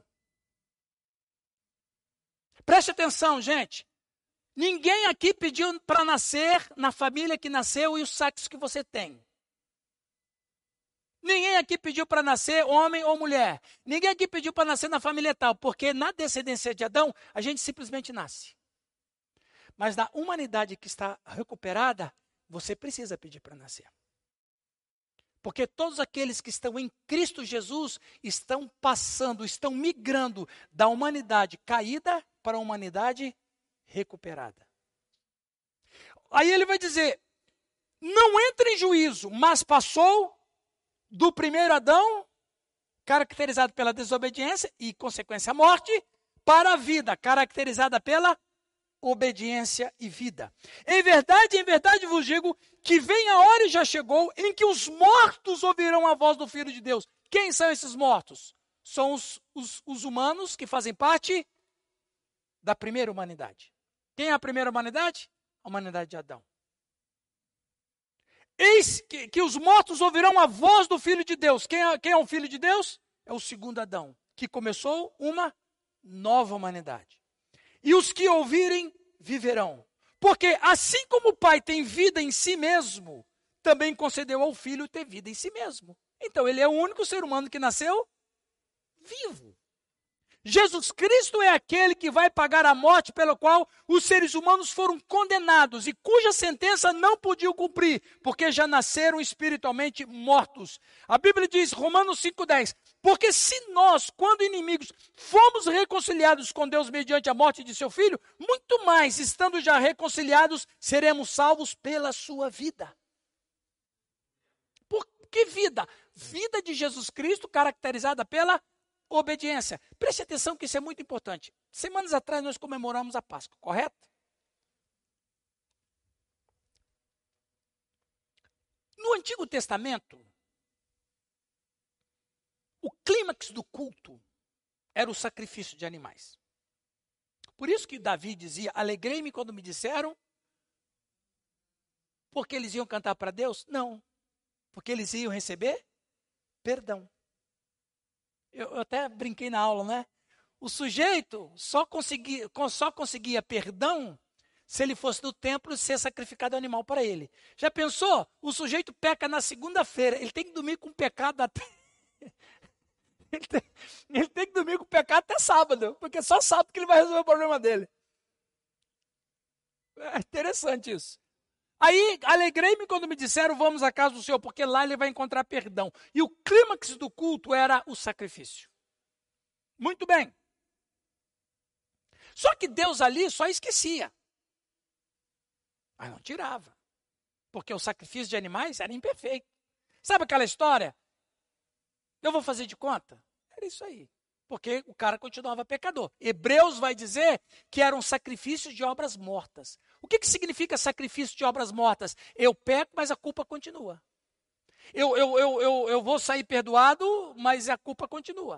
Preste atenção, gente. Ninguém aqui pediu para nascer na família que nasceu e o sexo que você tem. Ninguém aqui pediu para nascer homem ou mulher. Ninguém aqui pediu para nascer na família tal, porque na descendência de Adão, a gente simplesmente nasce. Mas na humanidade que está recuperada, você precisa pedir para nascer. Porque todos aqueles que estão em Cristo Jesus estão passando, estão migrando da humanidade caída para a humanidade recuperada. Aí ele vai dizer, não entra em juízo, mas passou do primeiro Adão, caracterizado pela desobediência e, consequência, a morte, para a vida, caracterizada pela obediência e vida. Em verdade, em verdade vos digo que vem a hora e já chegou em que os mortos ouvirão a voz do Filho de Deus. Quem são esses mortos? São os, os, os humanos que fazem parte da primeira humanidade. Quem é a primeira humanidade? A humanidade de Adão. Eis que, que os mortos ouvirão a voz do Filho de Deus. Quem é, quem é o Filho de Deus? É o segundo Adão, que começou uma nova humanidade. E os que ouvirem, viverão. Porque assim como o Pai tem vida em si mesmo, também concedeu ao Filho ter vida em si mesmo. Então ele é o único ser humano que nasceu vivo. Jesus Cristo é aquele que vai pagar a morte pela qual os seres humanos foram condenados e cuja sentença não podiam cumprir, porque já nasceram espiritualmente mortos. A Bíblia diz, Romanos cinco, dez, porque se nós, quando inimigos, fomos reconciliados com Deus mediante a morte de seu Filho, muito mais, estando já reconciliados, seremos salvos pela sua vida. Por que vida? Vida de Jesus Cristo caracterizada pela obediência. Preste atenção que isso é muito importante. Semanas atrás nós comemoramos a Páscoa, correto? No Antigo Testamento, o clímax do culto era o sacrifício de animais. Por isso que Davi dizia, alegrei-me quando me disseram, porque eles iam cantar para Deus? Não, porque eles iam receber perdão. Eu, eu até brinquei na aula, né? O sujeito só conseguia, só conseguia perdão se ele fosse do templo e ser sacrificado animal para ele. Já pensou? O sujeito peca na segunda-feira, ele tem que dormir com pecado até... ele, tem, ele tem que dormir com pecado até sábado, porque só sábado que ele vai resolver o problema dele. É interessante isso. Aí, alegrei-me quando me disseram, vamos à casa do Senhor, porque lá ele vai encontrar perdão. E o clímax do culto era o sacrifício. Muito bem. Só que Deus ali só esquecia. Mas não tirava. Porque o sacrifício de animais era imperfeito. Sabe aquela história? Eu vou fazer de conta? Era isso aí. Porque o cara continuava pecador. Hebreus vai dizer que eram sacrifícios de obras mortas. O que, que significa sacrifício de obras mortas? Eu peco, mas a culpa continua. Eu, eu, eu, eu, eu vou sair perdoado, mas a culpa continua.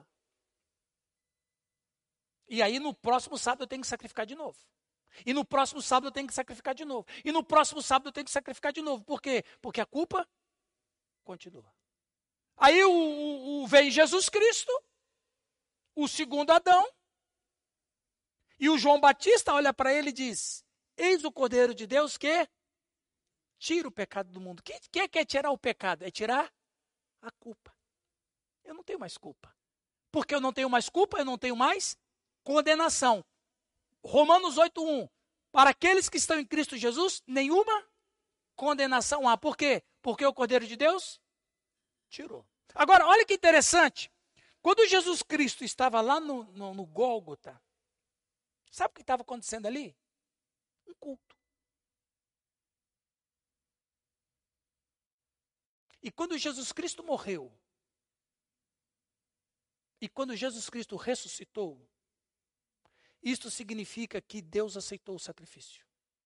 E aí no próximo sábado eu tenho que sacrificar de novo. E no próximo sábado eu tenho que sacrificar de novo. E no próximo sábado eu tenho que sacrificar de novo. Por quê? Porque a culpa continua. Aí o, o, o vem Jesus Cristo, o segundo Adão, e o João Batista olha para ele e diz: eis o Cordeiro de Deus que tira o pecado do mundo. Quem, quem quer tirar o pecado? É tirar a culpa. Eu não tenho mais culpa. Porque eu não tenho mais culpa, eu não tenho mais condenação. Romanos oito, um. Para aqueles que estão em Cristo Jesus, nenhuma condenação há. Por quê? Porque o Cordeiro de Deus tirou. Agora, olha que interessante. Quando Jesus Cristo estava lá no, no, no Gólgota, sabe o que estava acontecendo ali? Um culto. E quando Jesus Cristo morreu, e quando Jesus Cristo ressuscitou, isto significa que Deus aceitou o sacrifício.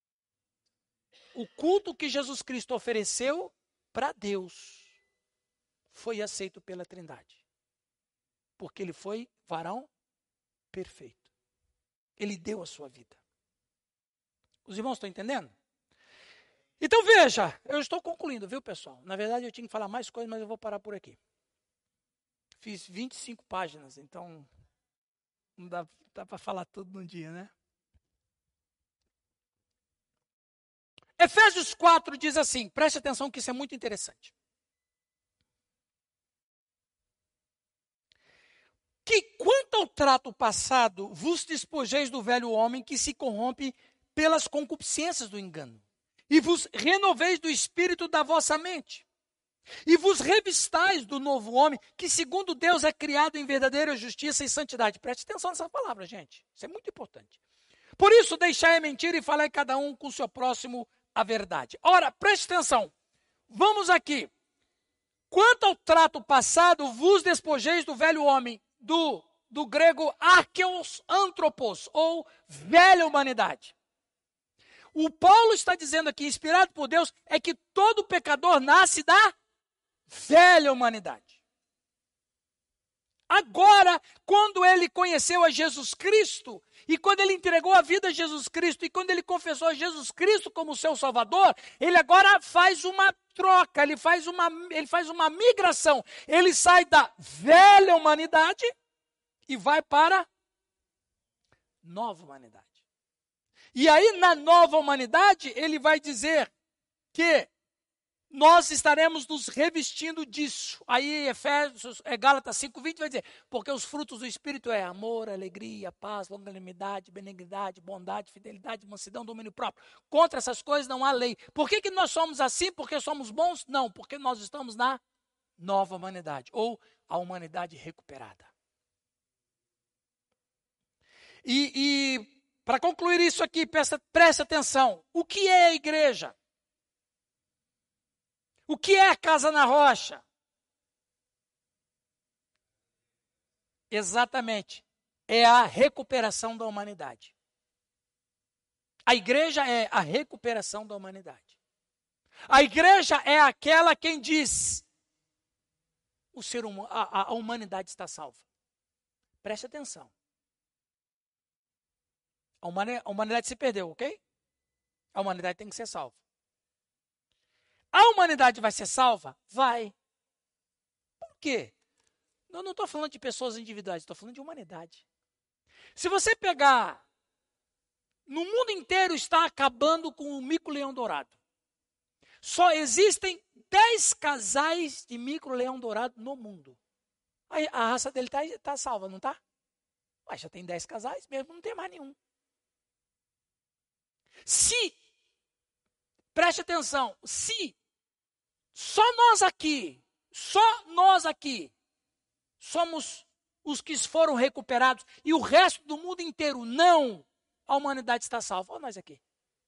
O culto que Jesus Cristo ofereceu para Deus foi aceito pela Trindade. Porque ele foi varão perfeito. Ele deu a sua vida. Os irmãos estão entendendo? Então veja, eu estou concluindo, viu, pessoal? Na verdade eu tinha que falar mais coisas, mas eu vou parar por aqui. Fiz vinte e cinco páginas, então não dá, dá para falar tudo num dia, né? Efésios quatro diz assim, preste atenção que isso é muito interessante. Que quanto ao trato passado, vos despojeis do velho homem que se corrompe pelas concupiscências do engano, e vos renoveis do espírito da vossa mente, e vos revistais do novo homem, que segundo Deus é criado em verdadeira justiça e santidade. Preste atenção nessa palavra, gente. Isso é muito importante. Por isso, deixai a mentira e falai cada um com o seu próximo a verdade. Ora, preste atenção. Vamos aqui. Quanto ao trato passado, vos despojeis do velho homem, do, do grego archeos anthropos, ou velha humanidade. O Paulo está dizendo aqui, inspirado por Deus, é que todo pecador nasce da velha humanidade. Agora, quando ele conheceu a Jesus Cristo, e quando ele entregou a vida a Jesus Cristo, e quando ele confessou a Jesus Cristo como seu Salvador, ele agora faz uma troca, ele faz uma, ele faz uma migração. Ele sai da velha humanidade e vai para a nova humanidade. E aí, na nova humanidade, ele vai dizer que nós estaremos nos revestindo disso. Aí, Efésios, é, Gálatas cinco, vinte vai dizer, porque os frutos do Espírito é amor, alegria, paz, longanimidade, benignidade, bondade, fidelidade, mansidão, domínio próprio. Contra essas coisas não há lei. Por que que nós somos assim? Porque somos bons? Não, porque nós estamos na nova humanidade, ou a humanidade recuperada. E... e para concluir isso aqui, presta, presta atenção. O que é a igreja? O que é a casa na rocha? Exatamente. É a recuperação da humanidade. A igreja é a recuperação da humanidade. A igreja é aquela quem diz, o ser humano, a, a humanidade está salva. Preste atenção. A humanidade, a humanidade se perdeu, ok? A humanidade tem que ser salva. A humanidade vai ser salva? Vai. Por quê? Eu não estou falando de pessoas individuais, estou falando de humanidade. Se você pegar, no mundo inteiro está acabando com o mico-leão dourado. Só existem dez casais de mico-leão dourado no mundo. Aí a raça dele está tá salva, não está? Mas já tem dez casais, mesmo não tem mais nenhum. Se, preste atenção, se só nós aqui, só nós aqui, somos os que foram recuperados e o resto do mundo inteiro não, a humanidade está salva. Olha nós aqui.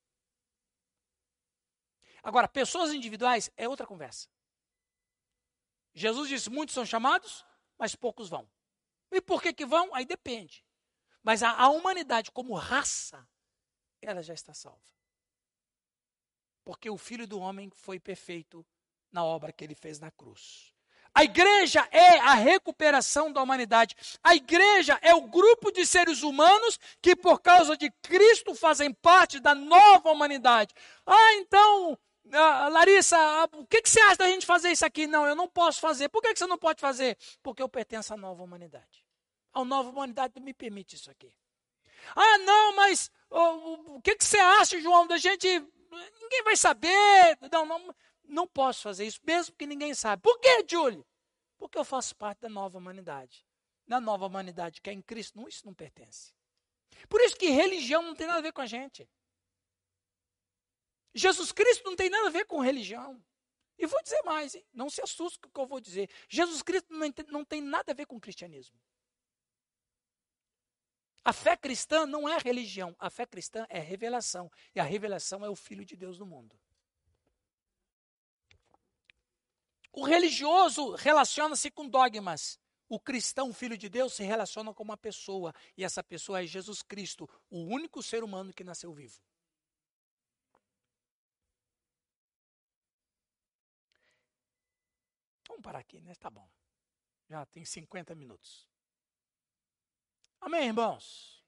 Agora, pessoas individuais é outra conversa. Jesus disse, muitos são chamados, mas poucos vão. E por que que vão? Aí depende. Mas a, a humanidade como raça, ela já está salva. Porque o Filho do Homem foi perfeito na obra que ele fez na cruz. A igreja é a recuperação da humanidade. A igreja é o grupo de seres humanos que por causa de Cristo fazem parte da nova humanidade. Ah, então, ah, Larissa, ah, o que, que você acha da gente fazer isso aqui? Não, eu não posso fazer. Por que, que você não pode fazer? Porque eu pertenço à nova humanidade. A nova humanidade não me permite isso aqui. Ah, não, mas oh, o que, que você acha, João, da gente... Ninguém vai saber. Não, não, não posso fazer isso, mesmo que ninguém saiba. Por quê, Júlio? Porque eu faço parte da nova humanidade. Na nova humanidade que é em Cristo, não, isso não pertence. Por isso que religião não tem nada a ver com a gente. Jesus Cristo não tem nada a ver com religião. E vou dizer mais, hein? Não se assuste com o que eu vou dizer. Jesus Cristo não tem, não tem nada a ver com o cristianismo. A fé cristã não é religião. A fé cristã é revelação. E a revelação é o Filho de Deus no mundo. O religioso relaciona-se com dogmas. O cristão, o Filho de Deus, se relaciona com uma pessoa. E essa pessoa é Jesus Cristo, o único ser humano que nasceu vivo. Vamos parar aqui, né? Tá bom. Já tem cinquenta minutos. Amém, irmãos?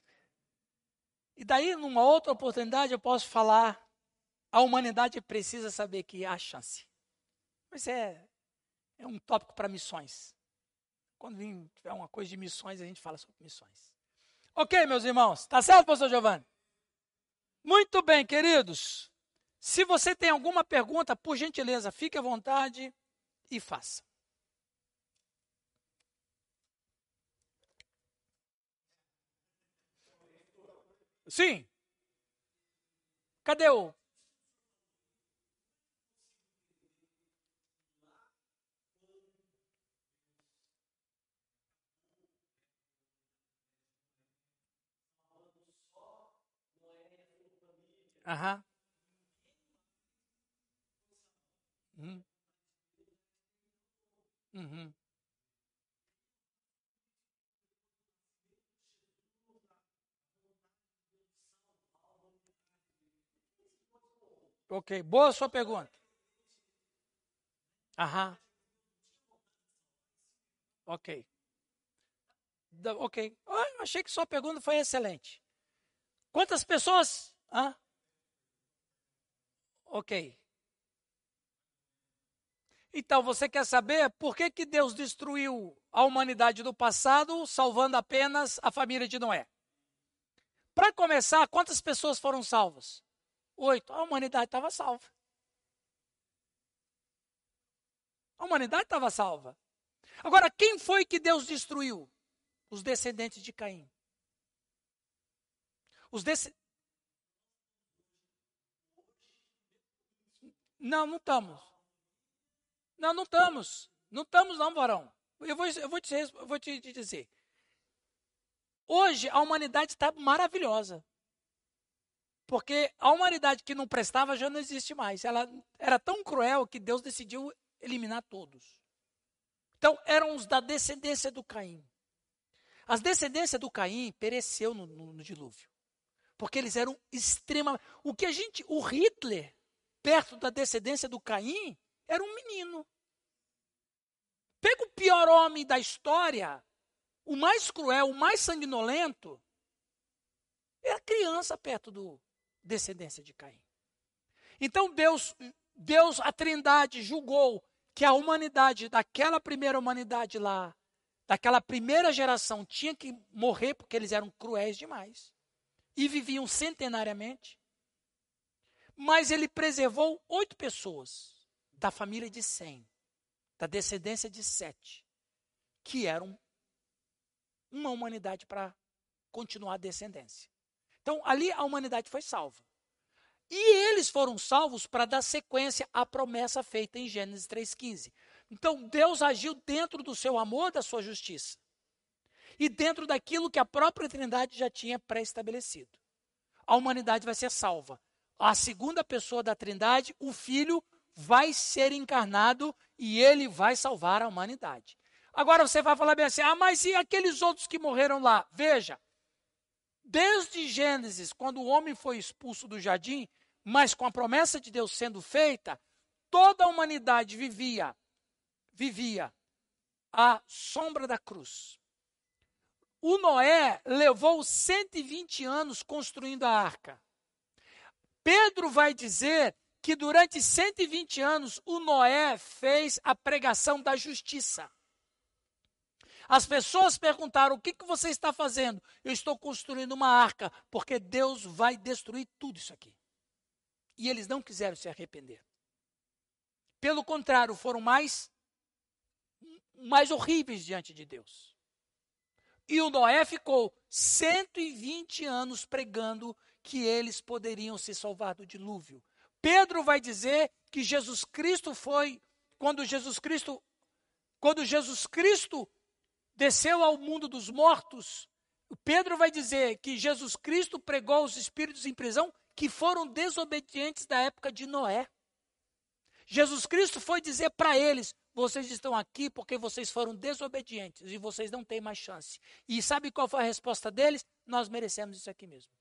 E daí, numa outra oportunidade, eu posso falar, a humanidade precisa saber que há chance. Mas é, é um tópico para missões. Quando vir, tiver uma coisa de missões, a gente fala sobre missões. Ok, meus irmãos? Tá certo, pastor Giovanni? Muito bem, queridos. Se você tem alguma pergunta, por gentileza, fique à vontade e faça. Sim. Cadê o... Aham. Uhum. Uhum. Ok, boa sua pergunta. Aham. Ok. Da- ok. Ah, eu achei que sua pergunta foi excelente. Quantas pessoas? Ah, ok. Então, você quer saber por que, que Deus destruiu a humanidade do passado, salvando apenas a família de Noé? Para começar, quantas pessoas foram salvas? Oito. A humanidade estava salva. A humanidade estava salva. Agora, quem foi que Deus destruiu? Os descendentes de Caim. Os desc... Não, não estamos. Não, não estamos. Não estamos, não, varão. Eu vou, eu vou, te, eu vou te, te dizer. Hoje, a humanidade está maravilhosa. Porque a humanidade que não prestava já não existe mais. Ela era tão cruel que Deus decidiu eliminar todos. Então, eram os da descendência do Caim. As descendências do Caim pereceu no, no, no dilúvio. Porque eles eram extremamente... O que a gente... O Hitler, perto da descendência do Caim, era um menino. Pega o pior homem da história, o mais cruel, o mais sanguinolento, era criança perto do descendência de Caim. Então Deus, Deus, a Trindade, julgou que a humanidade, daquela primeira humanidade lá, daquela primeira geração, tinha que morrer porque eles eram cruéis demais. E viviam centenariamente. Mas ele preservou oito pessoas da família de Sem, da descendência de Sete, que eram uma humanidade para continuar a descendência. Então, ali a humanidade foi salva. E eles foram salvos para dar sequência à promessa feita em Gênesis três quinze. Então, Deus agiu dentro do seu amor, da sua justiça. E dentro daquilo que a própria Trindade já tinha pré-estabelecido. A humanidade vai ser salva. A segunda pessoa da Trindade, o Filho, vai ser encarnado e ele vai salvar a humanidade. Agora você vai falar bem assim, ah, mas e aqueles outros que morreram lá? Veja, desde Gênesis, quando o homem foi expulso do jardim, mas com a promessa de Deus sendo feita, toda a humanidade vivia, vivia à sombra da cruz. O Noé levou cento e vinte anos construindo a arca. Pedro vai dizer que durante cento e vinte anos o Noé fez a pregação da justiça. As pessoas perguntaram: o que, que você está fazendo? Eu estou construindo uma arca, porque Deus vai destruir tudo isso aqui. E eles não quiseram se arrepender. Pelo contrário, foram mais, mais horríveis diante de Deus. E o Noé ficou cento e vinte anos pregando que eles poderiam se salvar do dilúvio. Pedro vai dizer que Jesus Cristo foi, quando Jesus Cristo, quando Jesus Cristo desceu ao mundo dos mortos, Pedro vai dizer que Jesus Cristo pregou aos espíritos em prisão que foram desobedientes da época de Noé. Jesus Cristo foi dizer para eles: vocês estão aqui porque vocês foram desobedientes e vocês não têm mais chance. E sabe qual foi a resposta deles? Nós merecemos isso aqui mesmo.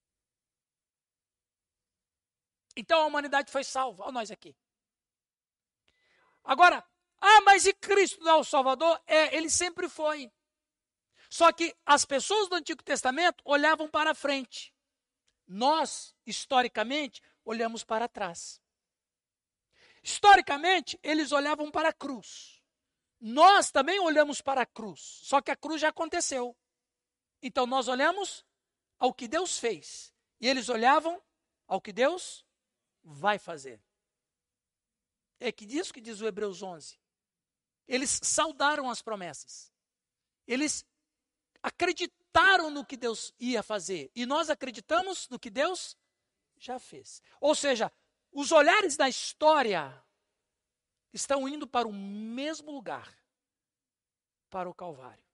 Então a humanidade foi salva, olha nós aqui. Agora, ah, mas e Cristo não é o Salvador? É, ele sempre foi. Só que as pessoas do Antigo Testamento olhavam para frente. Nós, historicamente, olhamos para trás. Historicamente, eles olhavam para a cruz. Nós também olhamos para a cruz, só que a cruz já aconteceu. Então nós olhamos ao que Deus fez. E eles olhavam ao que Deus vai fazer. É que disso que diz o Hebreus onze. Eles saudaram as promessas. Eles acreditaram no que Deus ia fazer. E nós acreditamos no que Deus já fez. Ou seja, os olhares da história estão indo para o mesmo lugar, para o Calvário.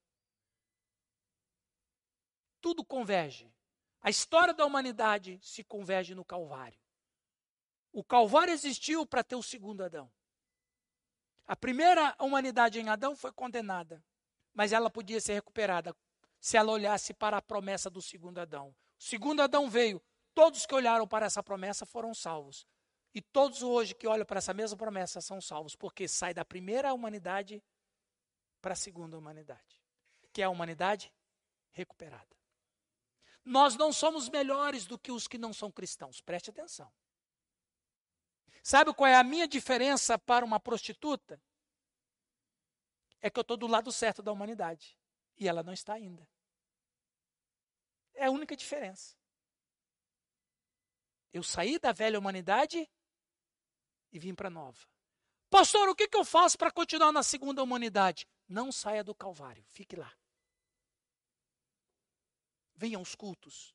Tudo converge. A história da humanidade se converge no Calvário. O Calvário existiu para ter o segundo Adão. A primeira humanidade em Adão foi condenada, mas ela podia ser recuperada se ela olhasse para a promessa do segundo Adão. O segundo Adão veio, todos que olharam para essa promessa foram salvos. E todos hoje que olham para essa mesma promessa são salvos, porque sai da primeira humanidade para a segunda humanidade, que é a humanidade recuperada. Nós não somos melhores do que os que não são cristãos, preste atenção. Sabe qual é a minha diferença para uma prostituta? É que eu estou do lado certo da humanidade. E ela não está ainda. É a única diferença. Eu saí da velha humanidade e vim para a nova. Pastor, o que, que eu faço para continuar na segunda humanidade? Não saia do Calvário, fique lá. Venha aos cultos.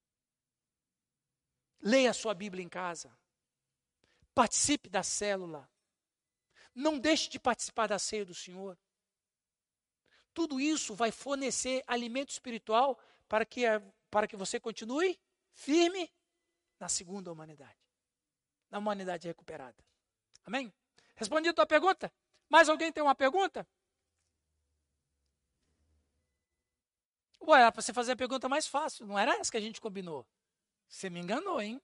Leia a sua Bíblia em casa. Participe da célula. Não deixe de participar da ceia do Senhor. Tudo isso vai fornecer alimento espiritual para que, para que você continue firme na segunda humanidade. Na humanidade recuperada. Amém? Respondi a tua pergunta? Mais alguém tem uma pergunta? Ué, era para você fazer a pergunta mais fácil. Não era essa que a gente combinou. Você me enganou, hein?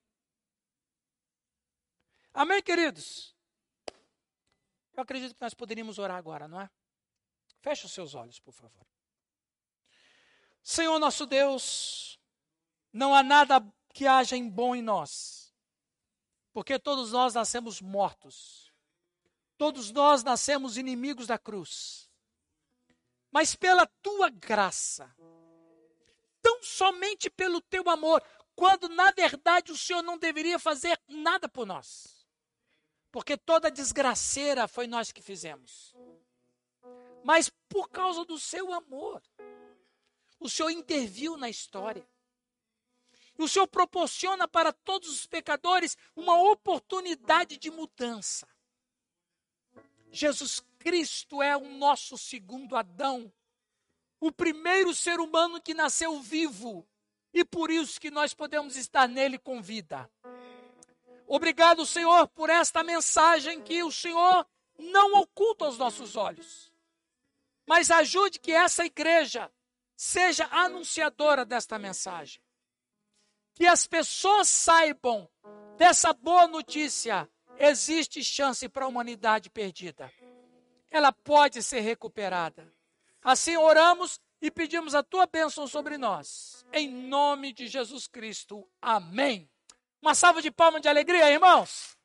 Amém, queridos? Eu acredito que nós poderíamos orar agora, não é? Feche os seus olhos, por favor. Senhor nosso Deus, não há nada que haja em bom em nós, porque todos nós nascemos mortos. Todos nós nascemos inimigos da cruz. Mas pela tua graça, tão somente pelo teu amor, quando na verdade o Senhor não deveria fazer nada por nós. Porque toda desgraceira foi nós que fizemos. Mas por causa do seu amor, o Senhor interviu na história. O Senhor proporciona para todos os pecadores uma oportunidade de mudança. Jesus Cristo é o nosso segundo Adão, o primeiro ser humano que nasceu vivo, e por isso que nós podemos estar nele com vida. Obrigado, Senhor, por esta mensagem que o Senhor não oculta aos nossos olhos. Mas ajude que essa igreja seja anunciadora desta mensagem. Que as pessoas saibam dessa boa notícia. Existe chance para a humanidade perdida. Ela pode ser recuperada. Assim oramos e pedimos a tua bênção sobre nós. Em nome de Jesus Cristo. Amém. Uma salva de palmas de alegria, irmãos.